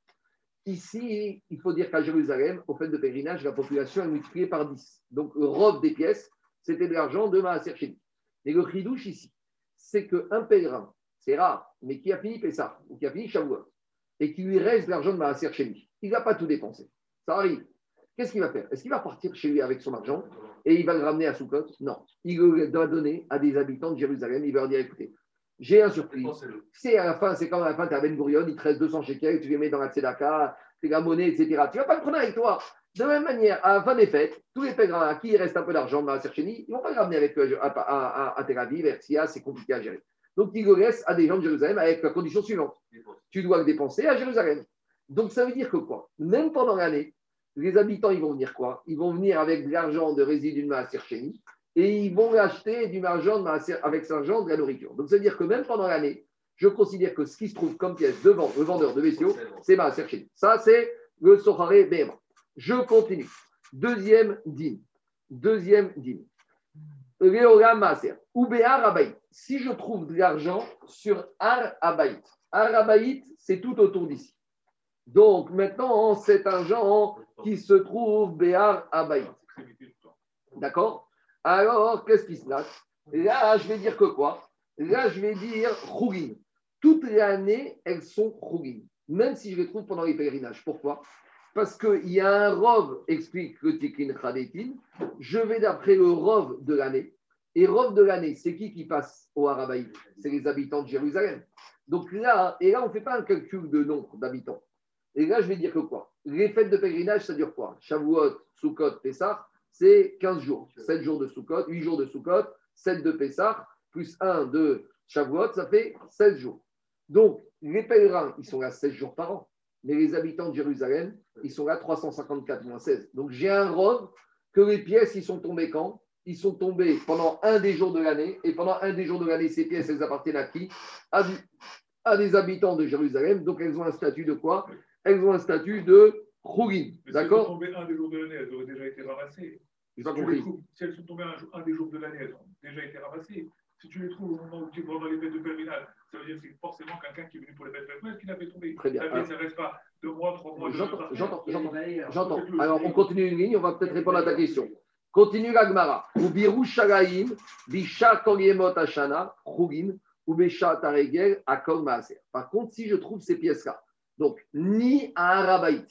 Ici, il faut dire qu'à Jérusalem, au fait de pèlerinage, la population est multipliée par dix. Donc, le robe des pièces, c'était de l'argent de Maaser Sheni. Et le chidouche ici, c'est qu'un pèlerin, c'est rare, mais qui a fini Pessah, ou qui a fini Shavuot, et qui lui reste de l'argent de Maaser Sheni, il ne va pas tout dépenser. Ça arrive. Qu'est-ce qu'il va faire? Est-ce qu'il va partir chez lui avec son argent et il va le ramener à Soukot? Non. Il le doit donner à des habitants de Jérusalem. Il va leur dire, écoutez, j'ai un surprise. C'est à la fin, c'est quand à la fin, tu as Ben Gurion, il te reste deux cents shekels, tu les mets dans la tzedaka, c'est la monnaie, et cetera. Tu ne vas pas le prendre avec toi. De la même manière, à la fin des fêtes, tous les pèlerins à qui il reste un peu d'argent de Maaser Sheni, ils ne vont pas le ramener avec eux à, à, à, à Tel Aviv, vers Sia, c'est compliqué à gérer. Donc, il le laisse à des gens de Jérusalem avec la condition suivante. Tu dois le dépenser à Jérusalem. Donc, ça veut dire que quoi? Même pendant l'année, les habitants, ils vont venir quoi? Ils vont venir avec de l'argent de résidus de Maaser Sheni et ils vont acheter du argent de Maaser, avec cet argent de la nourriture. Donc, ça veut dire que même pendant l'année, je considère que ce qui se trouve comme pièce devant le vendeur de bestiaux, c'est Maaser Sheni. Ça, c'est le Sochare Behema. Je continue. Deuxième dîme. Deuxième dîme. Réola Maaser. Ou Béar Abaït. Si je trouve de l'argent sur Ar Abaït. Ar Abaït, c'est tout autour d'ici. Donc maintenant, cet argent qui se trouve Béar Abaït. D'accord? Alors, qu'est-ce qui se passe? Là, je vais dire que quoi? Là, je vais dire Chougin. Toute l'année, elles sont Chougin. Même si je les trouve pendant les pèlerinages. Pourquoi? Parce qu'il y a un rov, explique le Tikin Khadetin, je vais d'après le rov de l'année. Et rov de l'année, c'est qui qui passe au Harabaït? C'est les habitants de Jérusalem. Donc là, et là, on ne fait pas un calcul de nombre d'habitants. Et là, je vais dire que quoi? Les fêtes de pèlerinage, ça dure quoi? Shavuot, Sukkot, Pessah, c'est quinze jours. sept jours de Sukkot, huit jours de Sukkot, sept de Pessah, plus un de Shavuot, ça fait seize jours. Donc, les pèlerins, ils sont là seize jours par an. Mais les habitants de Jérusalem, ils sont là trois cent cinquante-quatre moins seize. Donc, j'ai un rov que les pièces, ils sont tombées quand? Ils sont tombés pendant un des jours de l'année. Et pendant un des jours de l'année, ces pièces, elles appartiennent à qui? À, du, à des habitants de Jérusalem. Donc, elles ont un statut de quoi? Elles ont un statut de Chougin. D'accord? Si elles sont tombées un des jours de l'année, elles auraient déjà été ramassées. J'ai pas Si, compris. trouves, si elles sont tombées un, jour, un des jours de l'année, elles ont déjà été ramassées. Si tu les trouves au moment où tu es pendant les fêtes de pèlerinage, ça veut dire que c'est forcément quelqu'un qui est venu pour les fêtes de pèlerinage qui l'a fait tomber. Très bien. La pièce, ça ne reste pas deux mois, trois mois. J'entends, j'entends, j'entends. J'entends. J'entends. Alors, on continue une ligne, on va peut-être répondre à ta question. Continue la Gemara. Ou biru shagaim, bisha koryemot ashana, chougin, ou besha taregel, akol maaser. Par contre, si je trouve ces pièces-là, donc ni à un rabaït,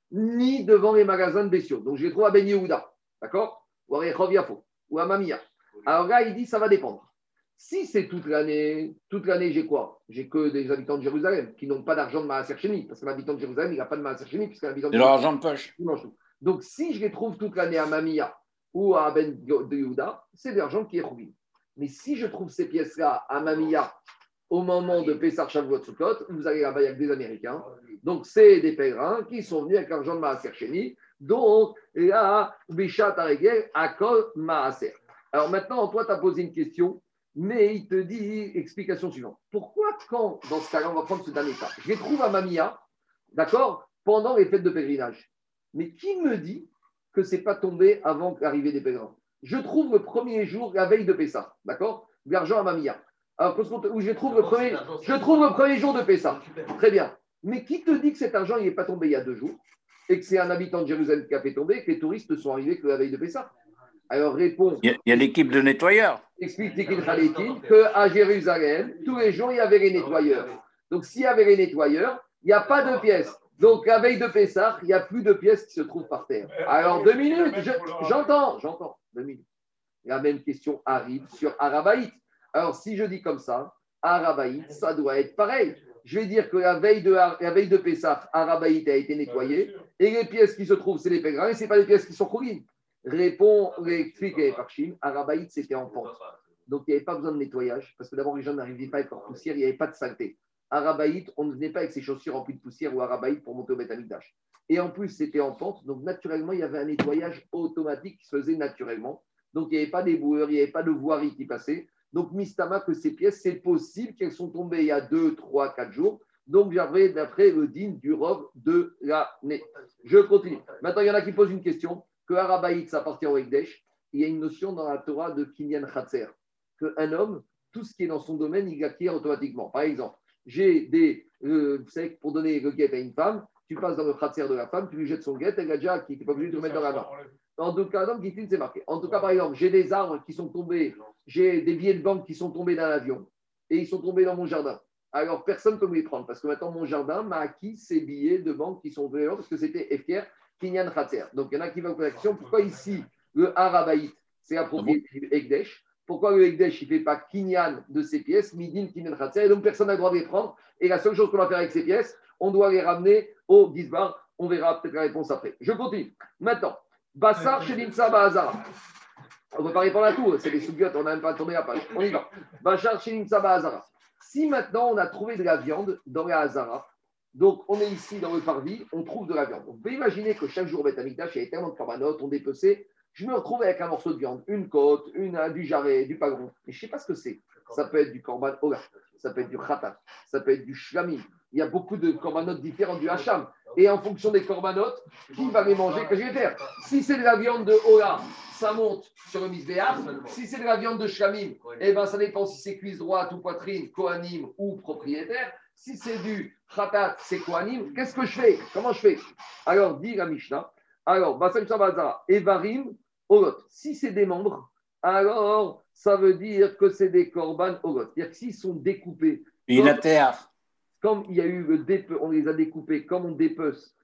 ni devant les magasins de bestiaux, donc je les trouve à Ben Yehuda, d'accord? Ou à Rechov Yafo, ou à Mamia. Alors là, il dit ça va dépendre. Si c'est toute l'année, toute l'année, j'ai quoi? J'ai que des habitants de Jérusalem qui n'ont pas d'argent de Maaser Sheni, parce que l'habitant de Jérusalem, il n'a pas de Maaser Sheni, puisque l'habitant de De l'argent de poche. Jérusalem. Donc, si je les trouve toute l'année à Mamia ou à Ben Yehuda, c'est de l'argent qui est Chougin. Mais si je trouve ces pièces-là à Mamia au moment de Pessah Shavuot Sukkot, vous allez là-bas avec des Américains. Donc, c'est des pèlerins qui sont venus avec l'argent de Maaser Sheni. Donc, là, Bishat Aregel, Akol Maaser. Alors maintenant, toi, tu as posé une question. Mais il te dit, explication suivante. Pourquoi, quand, dans ce cas-là, on va prendre ce dernier cas, je les trouve à Mamia, d'accord, pendant les fêtes de pèlerinage. Mais qui me dit que ce n'est pas tombé avant l'arrivée des pèlerins? Je trouve le premier jour, la veille de Pessah, d'accord, de l'argent à Mamia. Alors, où je trouve le premier, je trouve le premier jour de Pessah. Très bien. Mais qui te dit que cet argent, il n'est pas tombé il y a deux jours et que c'est un habitant de Jérusalem qui a fait tomber et que les touristes sont arrivés que la veille de Pessah? Alors, réponds. Il y a, il y a l'équipe de nettoyeurs. Explique Tikin Khaletin qu'à Jérusalem, tous les jours, il y avait les nettoyeurs. Donc, s'il y avait les nettoyeurs, il n'y a pas de pièces. Donc, la veille de Pessah, il n'y a plus de pièces qui se trouvent par terre. Alors, deux minutes, je, j'entends, j'entends, deux minutes. La même question arrive sur Arabaït. Alors, si je dis comme ça, Arabaït, ça doit être pareil. Je vais dire que la veille de, la veille de Pessah, Arabaït a été nettoyé et les pièces qui se trouvent, c'est les pèlerins et ce n'est pas les pièces qui sont collines. Répond, explique les Parchim, Arabaït, c'était en pente. Donc, il n'y avait pas besoin de nettoyage, parce que d'abord, les gens n'arrivaient pas avec leur poussière, il n'y avait pas de saleté. Arabaït, on ne venait pas avec ses chaussures remplies de poussière ou Arabaït pour monter au Beth Amikdash. Et en plus, c'était en pente, donc naturellement, il y avait un nettoyage automatique qui se faisait naturellement. Donc, il n'y avait pas d'éboueurs, il n'y avait pas de voirie qui passait. Donc, Mistama, que ces pièces, c'est possible qu'elles sont tombées il y a deux, trois, quatre jours. Donc, j'avais d'après le digne du Rov de l'année. Je continue. Maintenant, il y en a qui posent une question. Que Arabaït, ça appartient au Ekdesh, il y a une notion dans la Torah de Kinyan Khatser, qu'un homme, tout ce qui est dans son domaine, il acquiert automatiquement. Par exemple, j'ai des. Euh, vous savez que pour donner le guet à une femme, tu passes dans le Khatser de la femme, tu lui jettes son guet, elle a déjà acquis, tu n'es pas obligé de le mettre dans la main. En tout cas, donc, c'est marqué. En tout cas, par exemple, j'ai des arbres qui sont tombés, j'ai des billets de banque qui sont tombés dans l'avion et ils sont tombés dans mon jardin. Alors, personne ne peut me les prendre parce que maintenant, mon jardin m'a acquis ces billets de banque qui sont tombés parce que c'était F K R. Kinyan Khatser. Donc, il y en a qui vont poser la question, pourquoi ici, le Arabaït, c'est la propriété du Ekdesh? Pourquoi le Ekdesh, il ne fait pas Kinyan de ses pièces, Midin, Kinyan Khatser? Et donc, personne n'a le droit de les prendre. Et la seule chose qu'on va faire avec ces pièces, on doit les ramener au Gizbar. On verra peut-être la réponse après. Je continue. Maintenant, Bassar Shelimsa Bahazara. On ne peut pas répondre à tout, c'est des soubiotes, on n'a même pas tourné la page. On y va. Bassar Shelimsa Bahazara. Si maintenant, on a trouvé de la viande dans la Hazara, donc, on est ici dans le parvis, on trouve de la viande. On peut imaginer que chaque jour au Beth Amikdash, il y avait tellement de corbanotes, on dépeçait. Je me retrouve avec un morceau de viande, une côte, une, du jarret, du pagron. Mais je ne sais pas ce que c'est. Ça peut être du korban ola, ça peut être du khatat, ça peut être du shlamim. Il y a beaucoup de corbanotes différents du hacham. Et en fonction des corbanotes, qui va les manger, que je vais faire? Si c'est de la viande de ola, ça monte sur le misbéach. Si c'est de la viande de shlamim, eh ben, ça dépend si c'est cuisse droite ou poitrine, kohanim ou propriétaire. Si c'est du khatat, c'est kohanim, qu'est-ce que je fais? Comment je fais? Alors, dit la Mishnah, alors, Basam Shabazara, Evarim, Olot. Si c'est des membres, alors ça veut dire que c'est des korban Olot. C'est-à-dire que s'ils sont découpés, Bilatère. comme il y a eu le dépe, on les a découpés, comme on dépece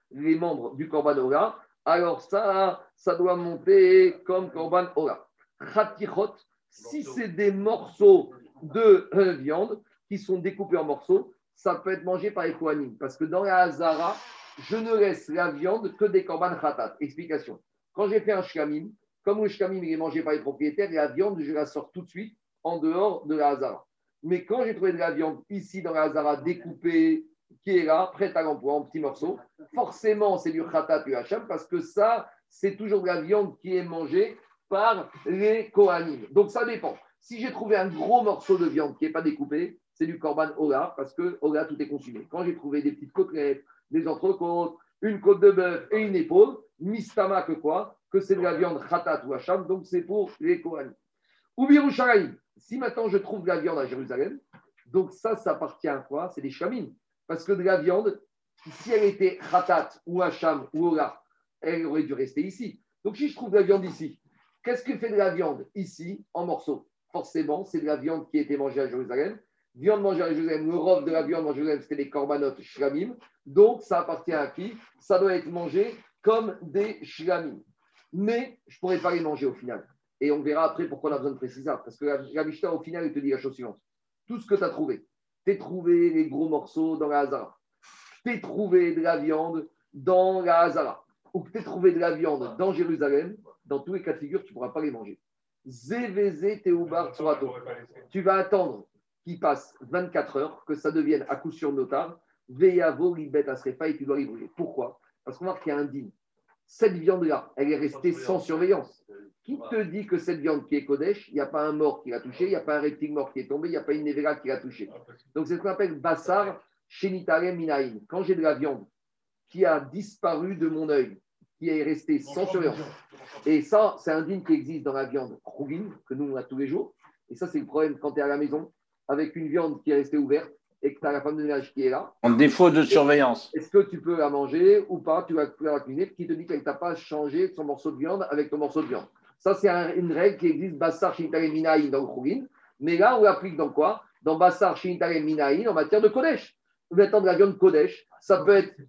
les membres du Korban Ola, alors ça, ça doit monter comme Korban Ola. Khatichot, si c'est des morceaux de euh, viande qui sont découpés en morceaux, ça peut être mangé par les Kohanim. Parce que dans la Hazara, je ne laisse la viande que des Korban Khatat. Explication. Quand j'ai fait un shkamim, comme le shkamim il est mangé par les propriétaires, la viande, je la sors tout de suite en dehors de la Hazara. Mais quand j'ai trouvé de la viande ici dans la Hazara découpée, qui est là, prête à l'emploi en petits morceaux, forcément c'est du Khatat du Hacham parce que ça, c'est toujours de la viande qui est mangée par les Kohanim. Donc ça dépend. Si j'ai trouvé un gros morceau de viande qui n'est pas découpé, c'est du Korban Ola parce que Ola tout est consumé. Quand j'ai trouvé des petites côtelettes, des entrecôtes, une côte de bœuf et une épaule, mistama que quoi? Que c'est de la viande Khatat ou Hacham, donc c'est pour les Kohanim. Ou Birushalayim. Si maintenant je trouve de la viande à Jérusalem, donc ça, ça appartient à quoi? C'est des shamim. Parce que de la viande, si elle était Khatat ou Hacham ou Ola, elle aurait dû rester ici. Donc si je trouve de la viande ici, qu'est-ce que fait de la viande ici en morceaux? Forcément, c'est de la viande qui a été mangée à Jérusalem. Viande mangée à Jérusalem, le rov de la viande mangée à Jérusalem, c'était des korbanot shlamim. Donc ça appartient à qui? Ça doit être mangé comme des shlamim. Mais je ne pourrais pas les manger au final. Et on verra après pourquoi on a besoin de préciser ça. Parce que la, la Mishnah, au final, elle te dit la chose suivante. Tout ce que tu as trouvé, tu as trouvé les gros morceaux dans la Hazara. Tu as trouvé de la viande dans la Hazara. Ou que tu as trouvé de la viande dans Jérusalem. Dans tous les cas de figure, tu ne pourras pas les manger. Zévézé Théoubar Tsorato. Tu vas attendre qu'il passe vingt-quatre heures, que ça devienne à coup sûr notar. Veyavo Libet Asrefa et tu dois les brûler. Pourquoi? Parce qu'on voit qu'il y a un dîme. Cette viande-là, elle est restée sans surveillance. Qui te dit que cette viande qui est Kodesh, il n'y a pas un mort qui l'a touché, il n'y a pas un reptile mort qui est tombé, il n'y a pas une Nevera qui l'a touché. Donc c'est ce qu'on appelle Bassar Shenitare Minaïn. Quand j'ai de la viande qui a disparu de mon œil, qui est restée sans surveillance. Et ça, c'est un dîme qui existe dans la viande Rougin, que nous on a tous les jours. Et ça, c'est le problème quand tu es à la maison avec une viande qui est restée ouverte et que tu as la femme de ménage qui est là. En défaut de surveillance. Est-ce que tu peux la manger ou pas? Tu vas la cuisiner, qui te dit qu'elle t'a pas changé son morceau de viande avec ton morceau de viande. Ça, c'est un, une règle qui existe, Bassar Shinitare Minaïn dans le Rougin. Mais là, on l'applique dans quoi? Dans Bassar Shinitare Minaïn en matière de Kodesh. Maintenant, de la viande Kodesh, ça peut être.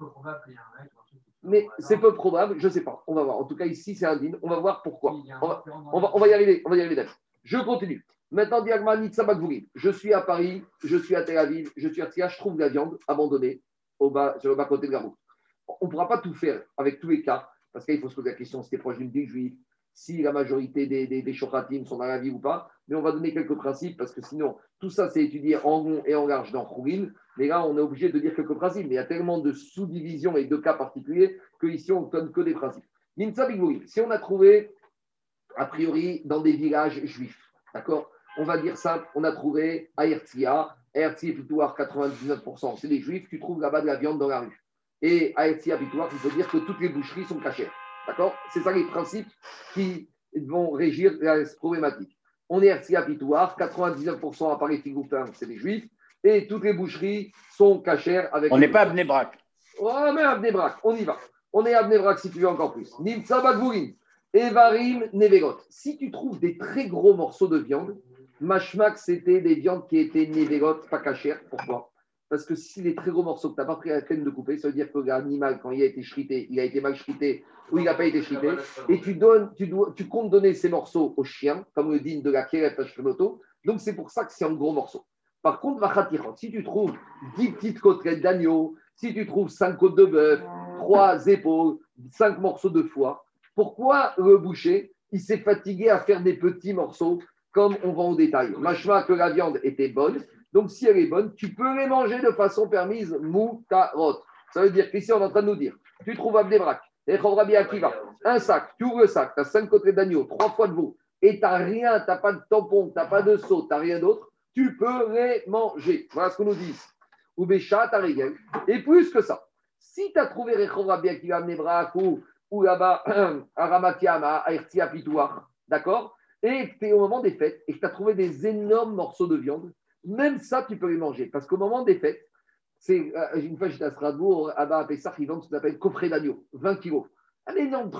Mais c'est peu probable, je ne sais pas. On va voir. En tout cas, ici, c'est un dîme. On va voir pourquoi. On va, on va, on va y arriver. On va y arriver d'être. Je continue. Maintenant, Diagma Nitsa Bagvouri. Je suis à Paris, je suis à Tel Aviv, je suis à Tzia, je trouve de la viande abandonnée au bas, sur le bas côté de la route. On ne pourra pas tout faire avec tous les cas, parce qu'il faut se poser la question si tu es proche d'une ville juive, si la majorité des, des, des shochatim sont dans la ville ou pas. Mais on va donner quelques principes, parce que sinon, tout ça, c'est étudié en long et en large dans Khourin. Mais là, on est obligé de dire quelques principes. Mais il y a tellement de sous-divisions et de cas particuliers qu'ici, on ne donne que des principes. Nitsa Bagvouri. Si on a trouvé, a priori, dans des villages juifs, d'accord? On va dire simple, on a trouvé à Herzliya, Herzliya Pitouar, quatre-vingt-dix-neuf pour cent, c'est des juifs, tu trouves là-bas de la viande dans la rue. Et à Herzliya Pitouar, il faut dire que toutes les boucheries sont cachères. D'accord? C'est ça les principes qui vont régir la problématique. On est Herzliya Pitouar, quatre-vingt-dix-neuf pour cent à Paris Figoupin, c'est des juifs, et toutes les boucheries sont cachères avec. On n'est pas à Bnei-Brak. Oh, mais à Bnei-Brak, on y va. On est à Bnei-Brak si tu veux encore plus. Nimtsa Bagvourin, Evarim Nevegot. Si tu trouves des très gros morceaux de viande, Mashmak, c'était des viandes qui étaient névégotes, pas cachères. Pourquoi? Parce que si les très gros morceaux que tu n'as pas pris la peine de couper, ça veut dire que l'animal, quand il a été shrité, il a été mal shrité ou il n'a pas été shrité. Et tu, donnes, tu, dois, tu comptes donner ces morceaux aux chiens, comme le digne de la Keret Hashkemoto. Donc c'est pour ça que c'est un gros morceau. Par contre, Vachatirot, si tu trouves dix petites côtelettes d'agneau, si tu trouves cinq côtes de bœuf, trois épaules, cinq morceaux de foie, pourquoi le boucher, il s'est fatigué à faire des petits morceaux comme on vend au détail? Machma que la viande était bonne, donc si elle est bonne, tu peux les manger de façon permise, moutarot. Ça veut dire qu'ici on est en train de nous dire, tu trouves à Bnei-Brak, un sac, tu ouvres le sac, tu as cinq côtelettes d'agneau, trois fois de veau, et tu n'as rien, tu n'as pas de tampon, tu n'as pas de seau, tu n'as rien d'autre, tu peux les manger. Voilà ce qu'on nous dit. Ou Bécha, tu as régal. Et plus que ça, si tu as trouvé Rechov Rabbi Akiva à Bnei-Brak ou, ou là-bas à Ramatiam, à Herzliya Pitouar, d'accord? Et que tu es au moment des fêtes et que tu as trouvé des énormes morceaux de viande, même ça, tu peux les manger. Parce qu'au moment des fêtes, c'est, euh, une fois j'étais à Strasbourg, à Pessah, ils vendent ce qu'on appelle coffret d'agneau, vingt kilos. Un énorme truc,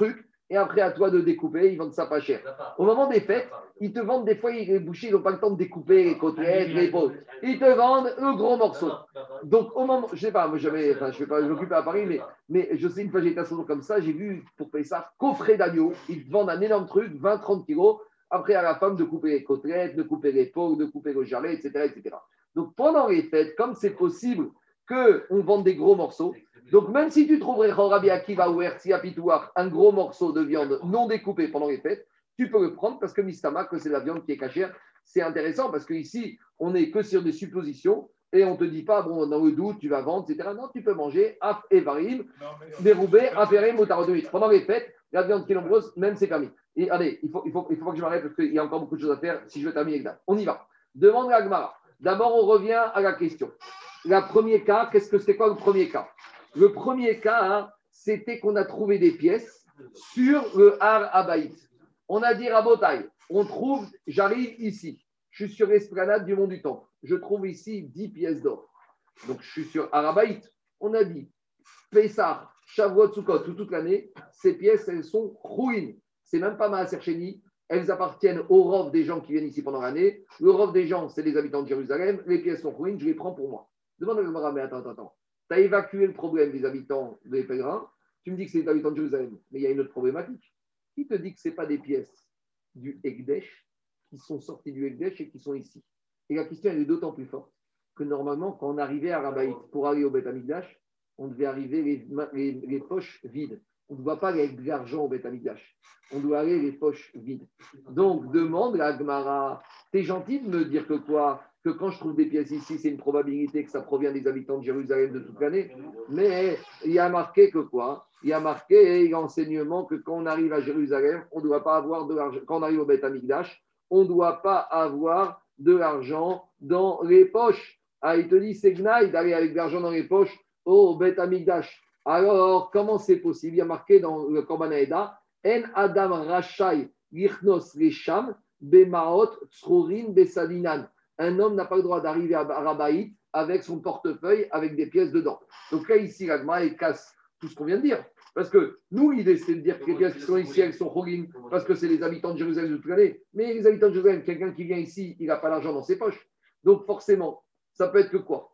et après à toi de découper, ils vendent ça pas cher. Au moment des fêtes, ils te vendent des fois, les bouchers, ils n'ont pas le temps de découper les côtelettes, les pots. Ils te vendent le gros morceau. Donc au moment, je sais pas, moi j'avais, enfin je ne vais pas m'occuper à Paris, mais, mais je sais une fois j'ai été à Saint-Jean comme ça, j'ai vu pour payer ça, coffret d'agneau, ils te vendent un énorme truc, vingt trente kilos, après à la femme de couper les côtelettes, de couper les pots, de couper le jarret, et cetera, et cetera. Donc pendant les fêtes, comme c'est possible qu'on vende des gros morceaux, donc même si tu trouverais Rabbi Akiva ou Herzia Pitouar un gros morceau de viande non découpé pendant les fêtes, tu peux le prendre parce que Mistama, que c'est la viande qui est cachère. C'est intéressant parce qu'ici, on n'est que sur des suppositions et on ne te dit pas, bon, dans le doute, tu vas vendre, et cetera. Non, tu peux manger Af et Varim, déroubé, Aferim ou Tarodomit. Pendant les fêtes, la viande qui est nombreuse, même c'est permis. Et allez, il faut, il faut, il faut pas que je m'arrête parce qu'il y a encore beaucoup de choses à faire si je veux terminer avec ça. On y va. Demande à Gemara. D'abord, on revient à la question. Le premier cas, qu'est-ce que c'était quoi le premier cas? Le premier cas, hein, c'était qu'on a trouvé des pièces sur le Har Abaït. On a dit Rabotai, on trouve, j'arrive ici, je suis sur l'esplanade du Mont du Temple, je trouve ici dix pièces d'or. Donc je suis sur Har Abaït. On a dit Pessah, Shavuot, Sukkot, toute l'année, ces pièces, elles sont ruines. C'est même pas Maaser Sheni. Elles appartiennent au rov des gens qui viennent ici pendant l'année. Le rov des gens, c'est les habitants de Jérusalem. Les pièces sont ruines, je les prends pour moi. Demande à Gemara, mais attends, attends, attends. Tu as évacué le problème des habitants des pèlerins. Tu me dis que c'est les habitants de Jérusalem. Mais il y a une autre problématique. Qui te dit que ce n'est pas des pièces du Ekdesh qui sont sorties du Ekdesh et qui sont ici? Et la question elle est d'autant plus forte que normalement, quand on arrivait à Rabaït pour aller au Beth Amikdash, on devait arriver les, les, les poches vides. On ne doit pas aller avec de l'argent au Beth Amikdash. On doit aller les poches vides. Donc, demande à Gemara, t'es gentil de me dire que quoi? Que quand je trouve des pièces ici, c'est une probabilité que ça provient des habitants de Jérusalem de toute l'année. Mais il y a marqué que quoi? Il y a marqué l'enseignement que quand on arrive à Jérusalem, on ne doit pas avoir de l'argent. Quand on arrive au Beth Amikdash, on ne doit pas avoir de l'argent dans les poches. Ah, il te dit, c'est gnaï d'aller avec de l'argent dans les poches au Beth Amikdash. Alors, comment c'est possible? Il y a marqué dans le Korban Haïda, En Adam Rachai Lichnos Lesham Bemaot Tsrurin Besadinan. Un homme n'a pas le droit d'arriver à Rabaït avec son portefeuille, avec des pièces dedans. Donc là, ici, l'Agma, il casse tout ce qu'on vient de dire. Parce que nous, l'idée, c'est de dire que les pièces qui sont ici, elles sont Cholim, parce que c'est les habitants de Jérusalem de toute l'année. Mais les habitants de Jérusalem, quelqu'un qui vient ici, il n'a pas l'argent dans ses poches. Donc forcément, ça peut être que quoi?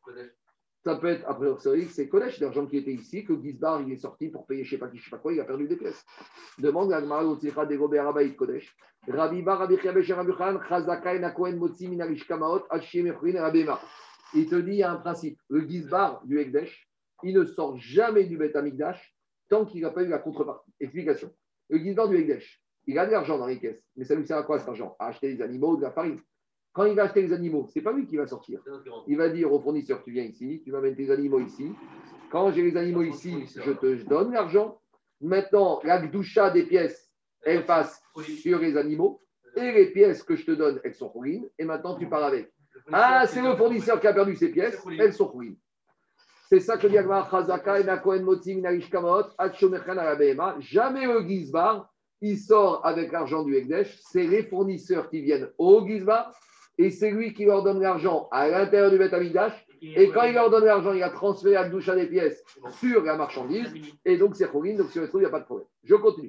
Ça peut être, après, c'est Kodesh, l'argent qui était ici, que Gizbar, il est sorti pour payer je ne sais pas qui, je ne sais pas quoi, il a perdu des pièces. Demande à Gmara, Otsira, Degobé, Arabaït, Kodesh. Rabbi Bar, Rabbi Chiabesh, Rabbi Khan, Chazakaï, Nakoen, Motsi, Minarish Kamaot, Hachim, Echrin, Rabema. Il te dit, il y a un principe. Le Gizbar du Ekdesh, il ne sort jamais du Beth Amikdash tant qu'il n'a pas eu la contrepartie. Explication. Le Gizbar du Ekdesh, il a de l'argent dans les caisses, mais ça lui sert à quoi cet argent? À acheter des animaux, de la farine. Quand il va acheter les animaux, ce n'est pas lui qui va sortir. Il va dire au fournisseur, tu viens ici, tu m'amènes tes animaux ici. Quand j'ai les animaux ici, je te je donne l'argent. Maintenant, la gdoucha des pièces, elle passe sur les animaux. Et les pièces que je te donne, elles sont ruines. Et maintenant, tu pars avec. Ah, c'est le fournisseur qui a perdu ses pièces, elles sont ruines. C'est ça que dit Agmar Chazaka et Nakoen Motim Narish Kamot, Achomechan Arabema. Jamais le Gizbar, il sort avec l'argent du Ekdesh. C'est les fournisseurs qui viennent au Gizbar. Et c'est lui qui leur donne l'argent à l'intérieur du Beth Amikdash. Et quand il leur donne l'argent, il a transféré la doucha des pièces sur la marchandise. Et donc, c'est Chorin. Donc, sur le trou, il n'y a pas de problème. Je continue.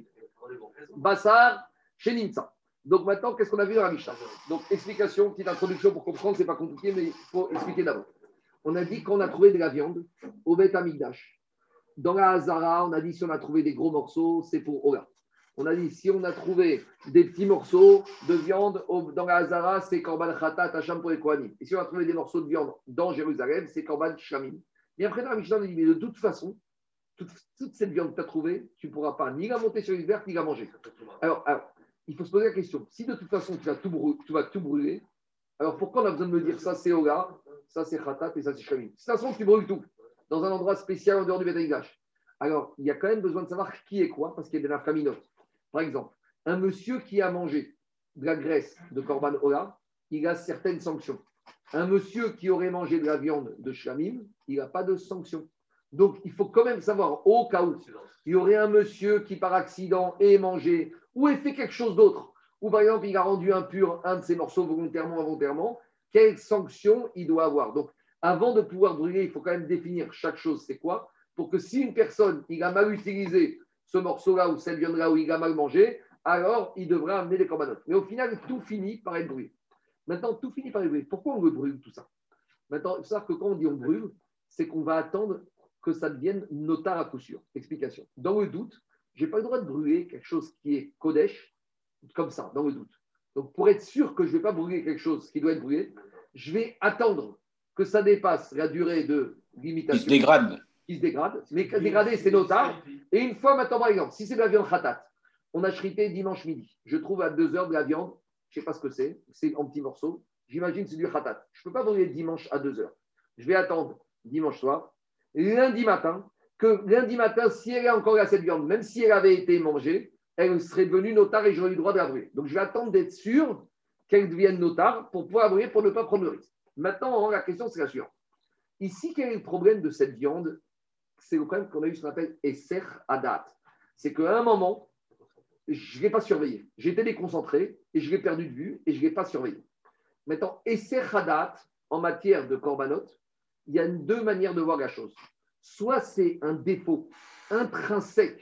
Bassar, chez Nimsa. Donc, maintenant, qu'est-ce qu'on a vu dans la Mishnah? Donc, explication, petite introduction pour comprendre. Ce n'est pas compliqué, mais il faut expliquer d'abord. On a dit qu'on a trouvé de la viande au Beth Amikdash. Dans la Hazara, on a dit si on a trouvé des gros morceaux, c'est pour Ola. On a dit, si on a trouvé des petits morceaux de viande dans la Hazara, c'est Korban Khatat, Hacham pour les Kohanim. Et si on a trouvé des morceaux de viande dans Jérusalem, c'est Korban Shlamim. Et après, dans la Mishnah, on a dit, mais de toute façon, toute, toute cette viande que tu as trouvée, tu ne pourras pas ni la monter sur les verres, ni la manger. Alors, alors, il faut se poser la question, si de toute façon, tu vas tout brûler, tu vas tout brûler, alors pourquoi on a besoin de me dire ça, c'est Ola, ça, c'est Khatat et ça, c'est Shlamim? De toute façon, tu brûles tout, dans un endroit spécial en dehors du Beth Amikdash. Alors, il y a quand même besoin de savoir qui est quoi, parce qu'il y a des nafkaminotes. Par exemple, un monsieur qui a mangé de la graisse de Korban Ola, il a certaines sanctions. Un monsieur qui aurait mangé de la viande de Shlamim, il n'a pas de sanctions. Donc, il faut quand même savoir, au cas où il y aurait un monsieur qui, par accident, ait mangé ou ait fait quelque chose d'autre, ou par exemple, il a rendu impur un de ses morceaux volontairement, involontairement, quelles sanctions il doit avoir. Donc, avant de pouvoir brûler, il faut quand même définir chaque chose, c'est quoi, pour que si une personne, il a mal utilisé ce morceau-là ou cette viande-là où il a mal mangé, alors il devrait amener des corbanotes. Mais au final, tout finit par être brûlé. Maintenant, tout finit par être brûlé. Pourquoi on le brûle tout ça? Maintenant, il faut savoir que quand on dit on brûle, c'est qu'on va attendre que ça devienne notar à coup sûr. Explication. Dans le doute, je n'ai pas le droit de brûler quelque chose qui est Kodesh, comme ça, dans le doute. Donc, pour être sûr que je ne vais pas brûler quelque chose qui doit être brûlé, je vais attendre que ça dépasse la durée de limitation. Il se dégrade. Qui se dégrade. Mais dégradé, c'est notar. Et une fois, maintenant, par exemple, si c'est de la viande khatat, on a shrité dimanche midi. Je trouve à deux heures de la viande, je ne sais pas ce que c'est, c'est en petits morceaux. J'imagine que c'est du khatat. Je ne peux pas brûler dimanche à deux heures. Je vais attendre dimanche soir, lundi matin, que lundi matin, si elle est encore là, cette viande, même si elle avait été mangée, elle serait devenue notar et j'aurais eu le droit de la brûler. Donc, je vais attendre d'être sûr qu'elle devienne notar pour pouvoir la brûler, pour ne pas prendre le risque. Maintenant, la question, c'est la suivante. Ici, quel est le problème de cette viande? C'est le problème qu'on a eu, ce qu'on appelle Esser Hadat. C'est qu'à un moment, je ne l'ai pas surveillé. J'étais déconcentré et je l'ai perdu de vue et je ne l'ai pas surveillé. Maintenant, Esser Hadat, en matière de korbanot, il y a deux manières de voir la chose. Soit c'est un défaut intrinsèque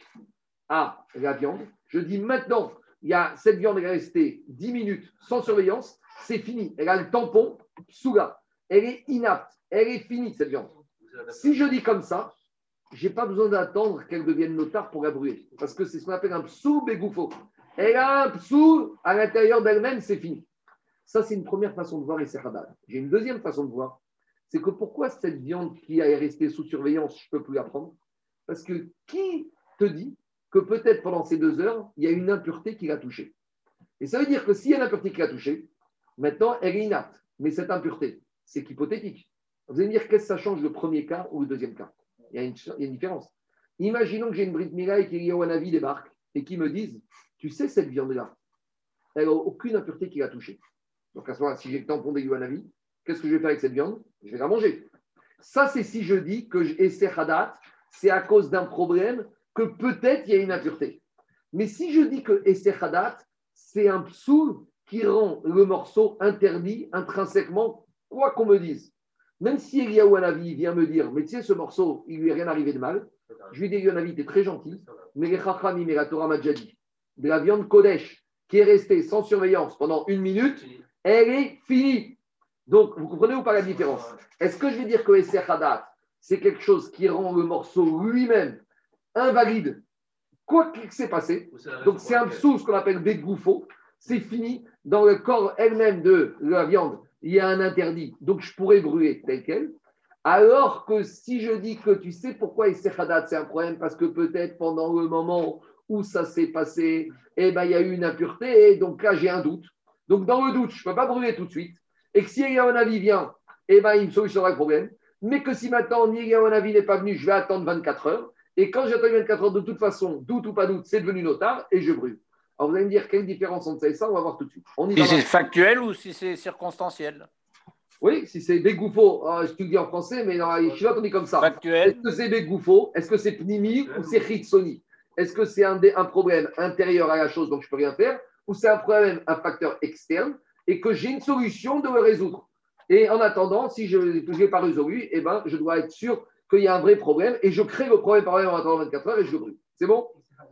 à la viande. Je dis maintenant, il y a cette viande elle est restée dix minutes sans surveillance, c'est fini. Elle a le tampon sous là. Elle est inapte. Elle est finie, cette viande. Si je dis comme ça, je n'ai pas besoin d'attendre qu'elle devienne notar pour la brûler. Parce que c'est ce qu'on appelle un psou bégoufo. Elle a un psou à l'intérieur d'elle-même, c'est fini. Ça, c'est une première façon de voir et c'est radal. J'ai une deuxième façon de voir. C'est que pourquoi cette viande qui est restée sous surveillance, je ne peux plus la prendre? Parce que qui te dit que peut-être pendant ces deux heures, il y a une impureté qui l'a touchée? Et ça veut dire que s'il y a une impureté qui l'a touchée, maintenant, elle est inapte. Mais cette impureté, c'est hypothétique. Vous allez me dire, qu'est-ce que ça change le premier cas ou le deuxième cas? Il y a une, il y a une différence. Imaginons que j'ai une Brit Mila et qu'Eliyahu Hanavi débarque et qui me disent, tu sais, cette viande-là, elle n'a aucune impureté qui l'a touchée. Donc à ce moment-là, si j'ai le tampon d'Eliyahu Hanavi, qu'est-ce que je vais faire avec cette viande? Je vais la manger. Ça, c'est si je dis que Esser Hadat, c'est à cause d'un problème que peut-être il y a une impureté. Mais si je dis que Esser Hadat, c'est un psoul qui rend le morceau interdit intrinsèquement, quoi qu'on me dise. Même si Eliyahu Hanavi vient me dire, mais tu sais, ce morceau, il lui est rien arrivé de mal, je lui dis, Eliyahu Hanavi, tu es très gentil, mais les Chachamim et la Torah m'a déjà dit, de la viande Kodesh qui est restée sans surveillance pendant une minute, elle est finie. Donc, vous comprenez ou pas la différence? Est-ce que je vais dire que Esser Hadat, c'est quelque chose qui rend le morceau lui-même invalide, quoi qu'il s'est passé? Donc, c'est un psou, ce qu'on appelle bégoufo, c'est fini. Dans le corps elle-même de la viande, il y a un interdit, donc je pourrais brûler tel quel. Alors que si je dis que tu sais pourquoi Esser Hadat, c'est un problème, parce que peut-être pendant le moment où ça s'est passé, eh ben, il y a eu une impureté, et donc là, j'ai un doute. Donc, dans le doute, je ne peux pas brûler tout de suite. Et que si Eliyahu Hanavi vient, eh ben, il me solutionnera le problème. Mais que si maintenant, ni Eliyahu Hanavi n'est pas venu, je vais attendre vingt-quatre heures. Et quand j'attends vingt-quatre heures, de toute façon, doute ou pas doute, c'est devenu notar et je brûle. Alors, vous allez me dire quelle différence entre ça et ça, on va voir tout de suite. On y si va c'est factuel ou si c'est circonstanciel? Oui, si c'est bégoufo, euh, je te le dis en français, mais dans les chinois, on dit comme ça. Factuel. Est-ce que c'est bégoufo? Est-ce que c'est pnimi ou c'est chitsoni? Est-ce que c'est un, un problème intérieur à la chose, donc je ne peux rien faire? Ou c'est un problème, un facteur externe et que j'ai une solution de le résoudre? Et en attendant, si je ne l'ai pas résolu, eh ben, je dois être sûr qu'il y a un vrai problème et je crée le problème par exemple en attendant vingt-quatre heures et je le brûle. C'est bon?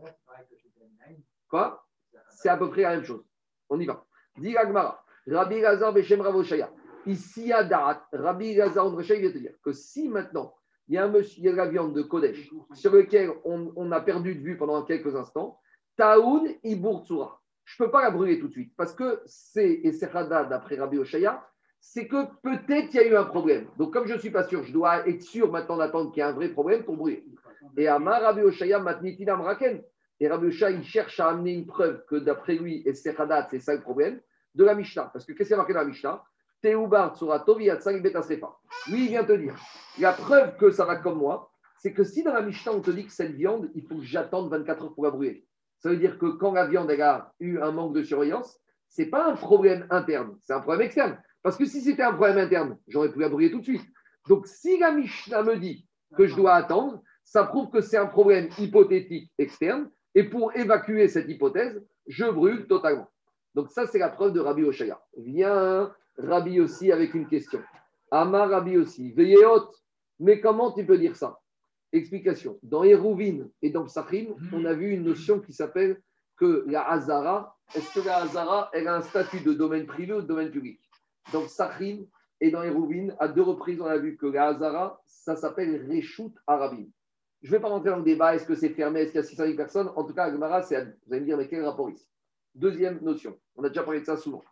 Quoi? C'est à peu près la même chose. On y va. Dis Agmara, Rabbi Lazar Beshem Ravoshaya. Ici à Darat, Rabbi Lazar Beshem vient te dire que si maintenant il y a un monsieur, il y a la viande de Kodesh sur lequel on, on a perdu de vue pendant quelques instants, Taoun Iburtsura. Je ne peux pas la brûler tout de suite parce que c'est, et c'est Rada d'après Rabbi Oshaya, c'est que peut-être il y a eu un problème. Donc, comme je ne suis pas sûr, je dois être sûr maintenant d'attendre qu'il y a un vrai problème pour brûler. Et Amar Rabbi Oshaya Matnitinam Raken. Et Rabbi Oshaya, il cherche à amener une preuve que d'après lui, et c'est Rada, c'est ça le problème, de la Mishnah. Parce que qu'est-ce qu'il y a marqué dans la Mishnah? Teubar Tsuratov Yatsang Betasrefa. Lui, il vient te dire la preuve que ça va comme moi, c'est que si dans la Mishnah, on te dit que cette viande, il faut que j'attende vingt-quatre heures pour la brûler. Ça veut dire que quand la viande elle a eu un manque de surveillance, ce n'est pas un problème interne, c'est un problème externe. Parce que si c'était un problème interne, j'aurais pu la brûler tout de suite. Donc, si la Mishnah me dit que je dois attendre, ça prouve que c'est un problème hypothétique externe. Et pour évacuer cette hypothèse, je brûle totalement. Donc, ça, c'est la preuve de Rabbi Oshaya. Vient Rabbi aussi avec une question. Amar Rabbi aussi. Veillez haute. Mais comment tu peux dire ça? Explication. Dans Hérouvin et dans Psachim, on a vu une notion qui s'appelle que la Hazara, est-ce que la Hazara, elle a un statut de domaine privé ou de domaine public? Dans Psachim et dans Hérouvin, à deux reprises, on a vu que la Hazara, ça s'appelle Reshut Arabim. Je ne vais pas rentrer dans le débat, est-ce que c'est fermé, est-ce qu'il y a six cent mille personnes? En tout cas, Gemara, c'est à... vous allez me dire, mais quel rapport ici? Deuxième notion, on a déjà parlé de ça souvent,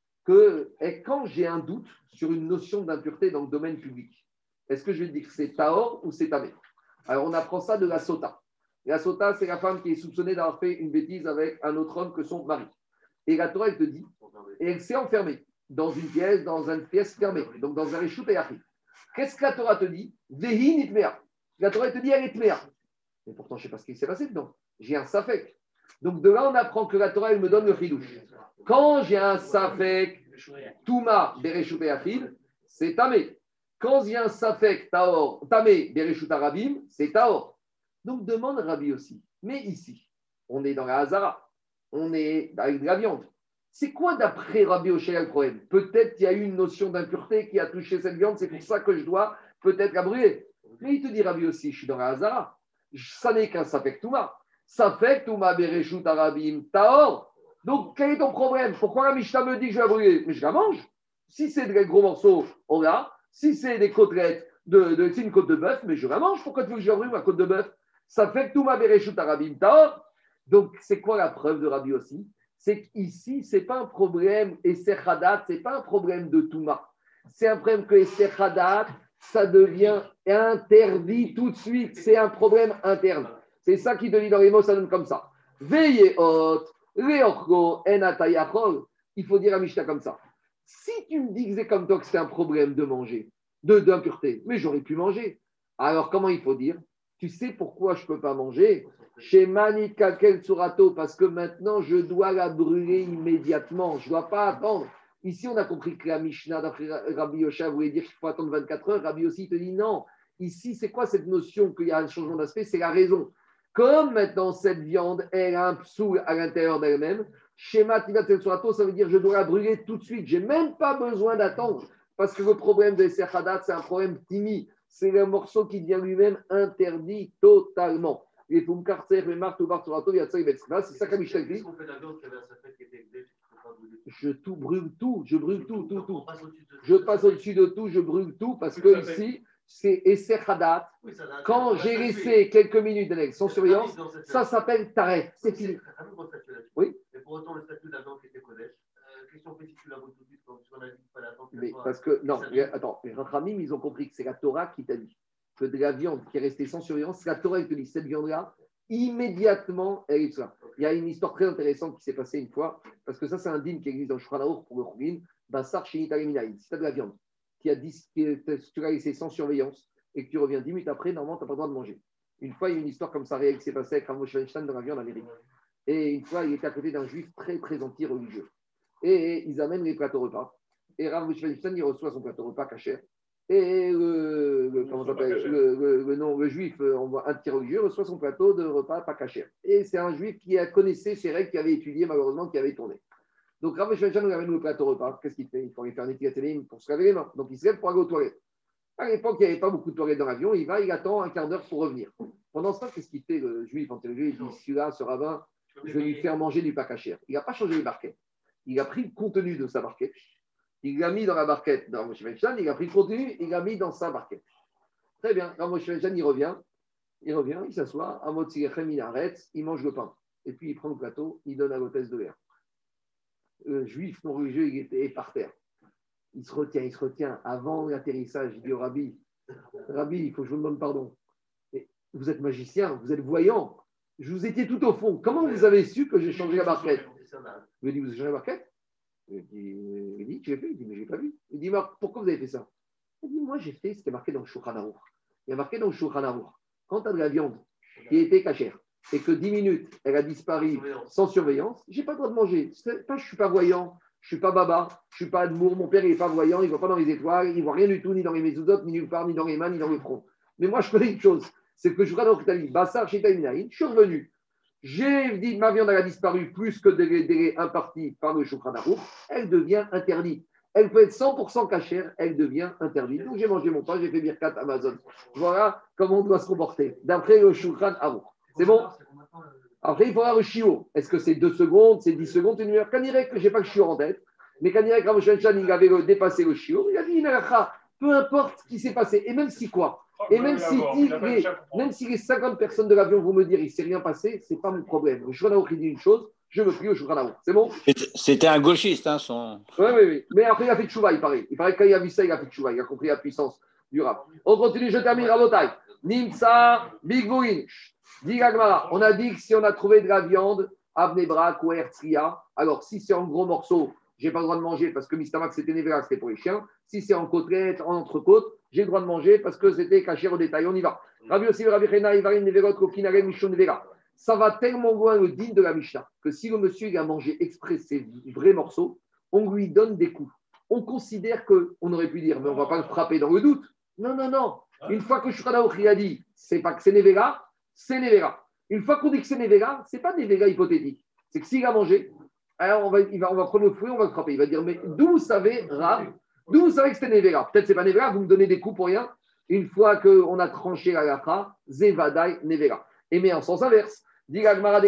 que quand j'ai un doute sur une notion d'impureté dans le domaine public, est-ce que je vais dire que c'est Tahor ou c'est Tamé? Alors, on apprend ça de la Sota. La Sota, c'est la femme qui est soupçonnée d'avoir fait une bêtise avec un autre homme que son mari. Et la Torah, elle te dit, et elle s'est enfermée dans une pièce, dans une pièce fermée, donc dans un réchou et achid. Qu'est-ce que la Torah te dit? Vehi nitmea. La Torah te dit, elle est tmea. Mais pourtant, je ne sais pas ce qui s'est passé dedans. J'ai un safek. Donc de là, on apprend que la Torah, elle me donne le chidouche. Quand j'ai un safek, touma, bereshut et achid, c'est tamé. Quand il y a un safek, taor, tamé, bereshut arabim, c'est taor. Donc demande Rabbi aussi. Mais ici, on est dans la Hazara. On est avec de la viande. C'est quoi d'après Rabbi Oshaya le problème? Peut-être qu'il y a eu une notion d'impureté qui a touché cette viande, c'est pour ça que je dois peut-être la brûler. Mais il te dit Rabbi aussi, je suis dans la Hazara. Ça n'est qu'un safek touma. Safek touma bereshut arabim taor. Donc quel est ton problème? Pourquoi la Mishnah me dit que je vais la brûler? Mais je la mange. Si c'est des gros morceaux, on l'a. Si c'est des côtelettes, de, de, c'est une côte de bœuf, mais je la mange. Pourquoi tu veux que je la brûle, ma côte de bœuf? Safek touma bereshut arabim taor. Donc c'est quoi la preuve de Rabbi aussi? C'est qu'ici, ce n'est pas un problème, Esser Hadat, ce n'est pas un problème de Touma. C'est un problème que Esser Hadat, ça devient interdit tout de suite. C'est un problème interne. C'est ça qui te dit dans les mots, ça donne comme ça. Veillez hot, Leorgo, Enatayachol. Il faut dire à Mishnah comme ça. Si tu me dis que c'est comme toi que c'est un problème de manger, de, d'impureté, mais j'aurais pu manger. Alors comment il faut dire? Tu sais pourquoi je ne peux pas manger? Chez Manika Kel Surato, parce que maintenant je dois la brûler immédiatement. Je ne dois pas attendre. Ici, on a compris que la Mishnah d'après Rabbi Yosha voulait dire qu'il faut attendre vingt-quatre heures. Rabbi aussi te dit non. Ici, c'est quoi cette notion qu'il y a un changement d'aspect? C'est la raison. Comme maintenant cette viande, elle a un psoul à l'intérieur d'elle-même, chez Manika Kel Surato, ça veut dire que je dois la brûler tout de suite. Je n'ai même pas besoin d'attendre. Parce que le problème de Serhadat, c'est un problème timide. C'est le morceau qui devient lui-même interdit totalement. Et pour me carter, les marques, tout Surato, il y a ça, c'est ça que Mishnah dit. Je tout brûle tout, je brûle tout, tout, tout. Je passe au-dessus de tout, je brûle tout, parce que ici, c'est Esser Hadat. Quand j'ai laissé quelques minutes d'année sans surveillance, ça s'appelle Taref. C'est fini. Oui. Mais pour autant, le statut d'Adam qui était Kodesh, question que si tu la brûles tout de suite, puisqu'on a dit qu'il fallait attendre. Mais parce que, non, attends, les Rachamim, ils ont compris que c'est la Torah qui t'a dit que de la viande qui est restée sans surveillance, c'est la Torah qui te dit cette viande-là, immédiatement, elle est ça. Il y a une histoire très intéressante qui s'est passée une fois, parce que ça, c'est un dîme qui existe dans le Shulchan Aruch pour le Chougin, Bassar Shinita Leminaïn. Si tu as de la viande qui a dit, qui, tu l'as laissée sans surveillance et que tu reviens dix minutes après, normalement, tu n'as pas le droit de manger. Une fois, il y a une histoire comme ça réelle qui s'est passée avec Rav Moshe Weinstein dans la viande en Amérique. Et une fois, il était à côté d'un juif très, très anti-religieux. Et ils amènent les plateaux repas. Et Rav Moshe Weinstein, il reçoit son plateau repas cachère. Et le, le, comment le, le, le, non, le juif anti-religieux reçoit son plateau de repas pas cachère. Et c'est un juif qui a connaissé ces règles, qui avait étudié, malheureusement, qui avait tourné. Donc Rav Moshe Weinstein nous amène le plateau repas. Qu'est-ce qu'il fait? Il faut aller faire un étiquette pour se laver les mains. Donc il se lève pour aller aux toilettes. À l'époque, il n'y avait pas beaucoup de toilettes dans l'avion. Il va, il attend un quart d'heure pour revenir. Pendant ce temps, qu'est-ce qu'il fait, le juif anti-religieux? Il dit, celui-là, ce rabbin, je vais lui faire manger du pas cachère. Il n'a pas changé les barquettes. Il a pris le contenu de sa barquette. Il l'a mis dans la barquette de Rav Moshe Weinstein, il a pris le contenu, il l'a mis dans sa barquette. Très bien, Rav Moshe Weinstein, il revient, il revient, il s'assoit, à Motzirechem, il arrête, il mange le pain. Et puis il prend le plateau, il donne à l'hôtesse de l'air. Le juif non religieux, il était par terre. Il se retient, il se retient. Avant l'atterrissage, il dit au Rabbi, Rabbi, il faut que je vous demande pardon. Et vous êtes magicien, vous êtes voyant. Je vous étiez tout au fond. Comment vous avez su que j'ai changé la barquette? Il me dit, vous avez changé la barquette? Il dit, il dit, tu l'as fait? Il dit, mais je n'ai pas vu. Il dit, pourquoi vous avez fait ça? Il dit, moi j'ai fait ce qui est marqué dans le Shulchan Aruch. Il y a marqué dans le Shulchan Aruch, quand tu as de la viande qui était cachère et que dix minutes, elle a disparu sans surveillance, je n'ai pas le droit de manger. Pas, je ne suis pas voyant, je ne suis pas baba, je ne suis pas Admour, mon père il n'est pas voyant, il ne voit pas dans les étoiles, il ne voit rien du tout, ni dans les mezuzot, ni nulle part, ni dans les mains, ni dans le front. Mais moi je connais une chose, c'est que je suis dans le Bassar Shita Minaïn, je suis revenu. J'ai dit ma viande elle a disparu plus que des délais impartis par le Shulchan Aruch, elle devient interdite. elle peut être cent pour cent cachère, elle devient interdite. Donc j'ai mangé mon pain, j'ai fait Birkat Amazon. Voilà comment on doit se comporter, d'après le Shulchan Aruch. C'est bon? Après, il faut avoir le chiot. Est-ce que c'est deux secondes, c'est dix secondes, une heure? Quand il dirait que je n'ai pas le chiot en tête, mais quand il dirait que Rav Shimon il avait dépassé le chiot, il a dit une halakha, peu importe ce qui s'est passé, et même si quoi? Et même si, il, les, même si les cinquante personnes de l'avion vont me dire qu'il ne s'est rien passé, ce n'est pas mon problème. Le Shulchan Aruch dit une chose, je me prie au Shulchan Aruch. C'est bon? C'était un gauchiste, hein, son. Oui, oui, oui. Mais après, il a fait tchouva, il paraît. Il paraît que quand il a vu ça, il a fait tchouva. Il a compris la puissance du rap. On continue, je termine, Rabotai. Nimsa, Big Bouin. Dit Gagmara, on a dit que si on a trouvé de la viande, Abnebrak ou Herzliya, alors si c'est en gros morceaux, je n'ai pas le droit de manger parce que Mistamak c'était Nevera, c'était pour les chiens. Si c'est en côtelette, en entrecôte, j'ai le droit de manger parce que c'était caché au détail. On y va. Rabbi aussi, Rabbi Chena, Ivarim, Neverot, Kokinaren, Mishon, Nevera. Ça va tellement loin le digne de la Mishnah que si le monsieur il a mangé exprès ces vrais morceaux, on lui donne des coups. On considère qu'on aurait pu dire, mais on ne va pas le frapper dans le doute. Non, non, non. Une fois que Shulchan Aruch a dit, c'est pas que c'est Nevera, c'est Nevera. Une fois qu'on dit que c'est Nevera, ce n'est pas Nevera hypothétique. C'est que s'il a mangé, alors on va, il va, on va prendre le fouet, on va le frapper. Il va dire, mais d'où vous savez, Rav, d'où vous savez que c'était Nevera? Peut-être que ce n'est pas Nevera, vous me donnez des coups pour rien. Une fois qu'on a tranché la lacha, Zevadai Nevera. Et mais en sens inverse, mais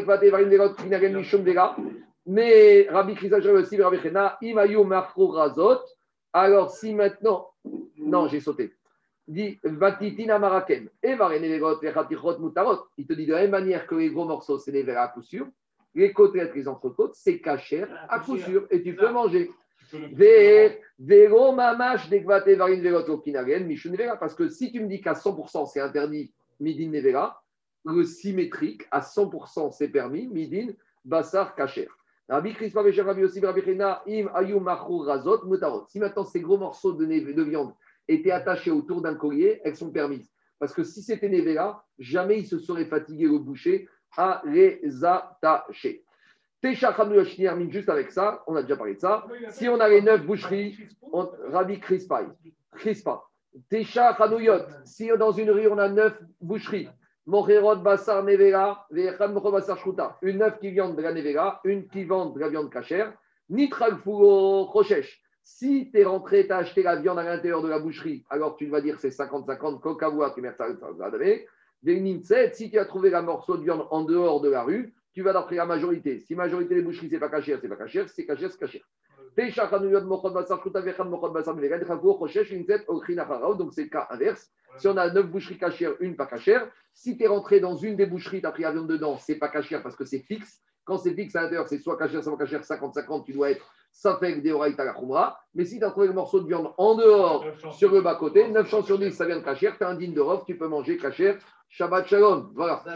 Rabbi Chisa aussi, Rabbi Chena, Imayu Marco Razot. Alors si maintenant, non, j'ai sauté. Dit Vatitina Maraken, et Varenevegot, Veratichot Mutarot. Il te dit de la même manière que les gros morceaux, c'est les verres à coup sûr, les côtelettes, les entrecôtes, c'est cachère à coup sûr, et tu peux manger. Véro Mamash, Degvate, Varine Vegot, Kinagen, Michun Vera. Parce que si tu me dis qu'à cent pour cent c'est interdit, Midin Nevera, le symétrique, à cent pour cent c'est permis, Midin, Bassar, Kacher. Rabbi Crispa, Rabbi aussi, Rabbi Chena, Im, Ayou, Machou, Razot, Mutarot. Si maintenant ces gros morceaux de, de viande étaient attachés autour d'un collier, elles sont permises. Parce que si c'était Nevera, jamais il se serait fatigué le boucher à les attacher. Técha Khanou Yachni, juste avec ça, on a déjà parlé de ça. Si on a les neuf boucheries, on, Rabbi Crispa, Crispa. Técha Khanouyot, si dans une rue on a neuf boucheries, Mocherot Bassar Nevera, Vechan Mocherot Bassar Shruta, une neuf qui vend de la Nevera, une qui vend de la viande cachère, Nitral Fugo Rochesh. Si tu es rentré, tu as acheté la viande à l'intérieur de la boucherie, alors tu vas dire c'est cinquante cinquante, Coca-Cola, tu mets ça, ça va donner. Si tu as trouvé un morceau de viande en dehors de la rue, tu vas d'après la majorité. Si la majorité des boucheries, c'est pas cachère, c'est pas cachère. Si c'est cachère, c'est cachère. Donc c'est le cas inverse. Si on a neuf boucheries cachères, une pas cachère, si tu es rentré dans une des boucheries, tu as pris la viande dedans, c'est pas cachère parce que c'est fixe. Quand c'est fixe à l'intérieur, c'est soit cachère, soit pas cachère, cinquante cinquante, tu dois être Safek de Horaïta la Khumra. Mais si tu as trouvé le morceau de viande en dehors, sur le bas-côté, neuf chances sur dix, ça vient de cachère, tu as un digne de rof, tu peux manger cachère. Shabbat Shalom. Voilà.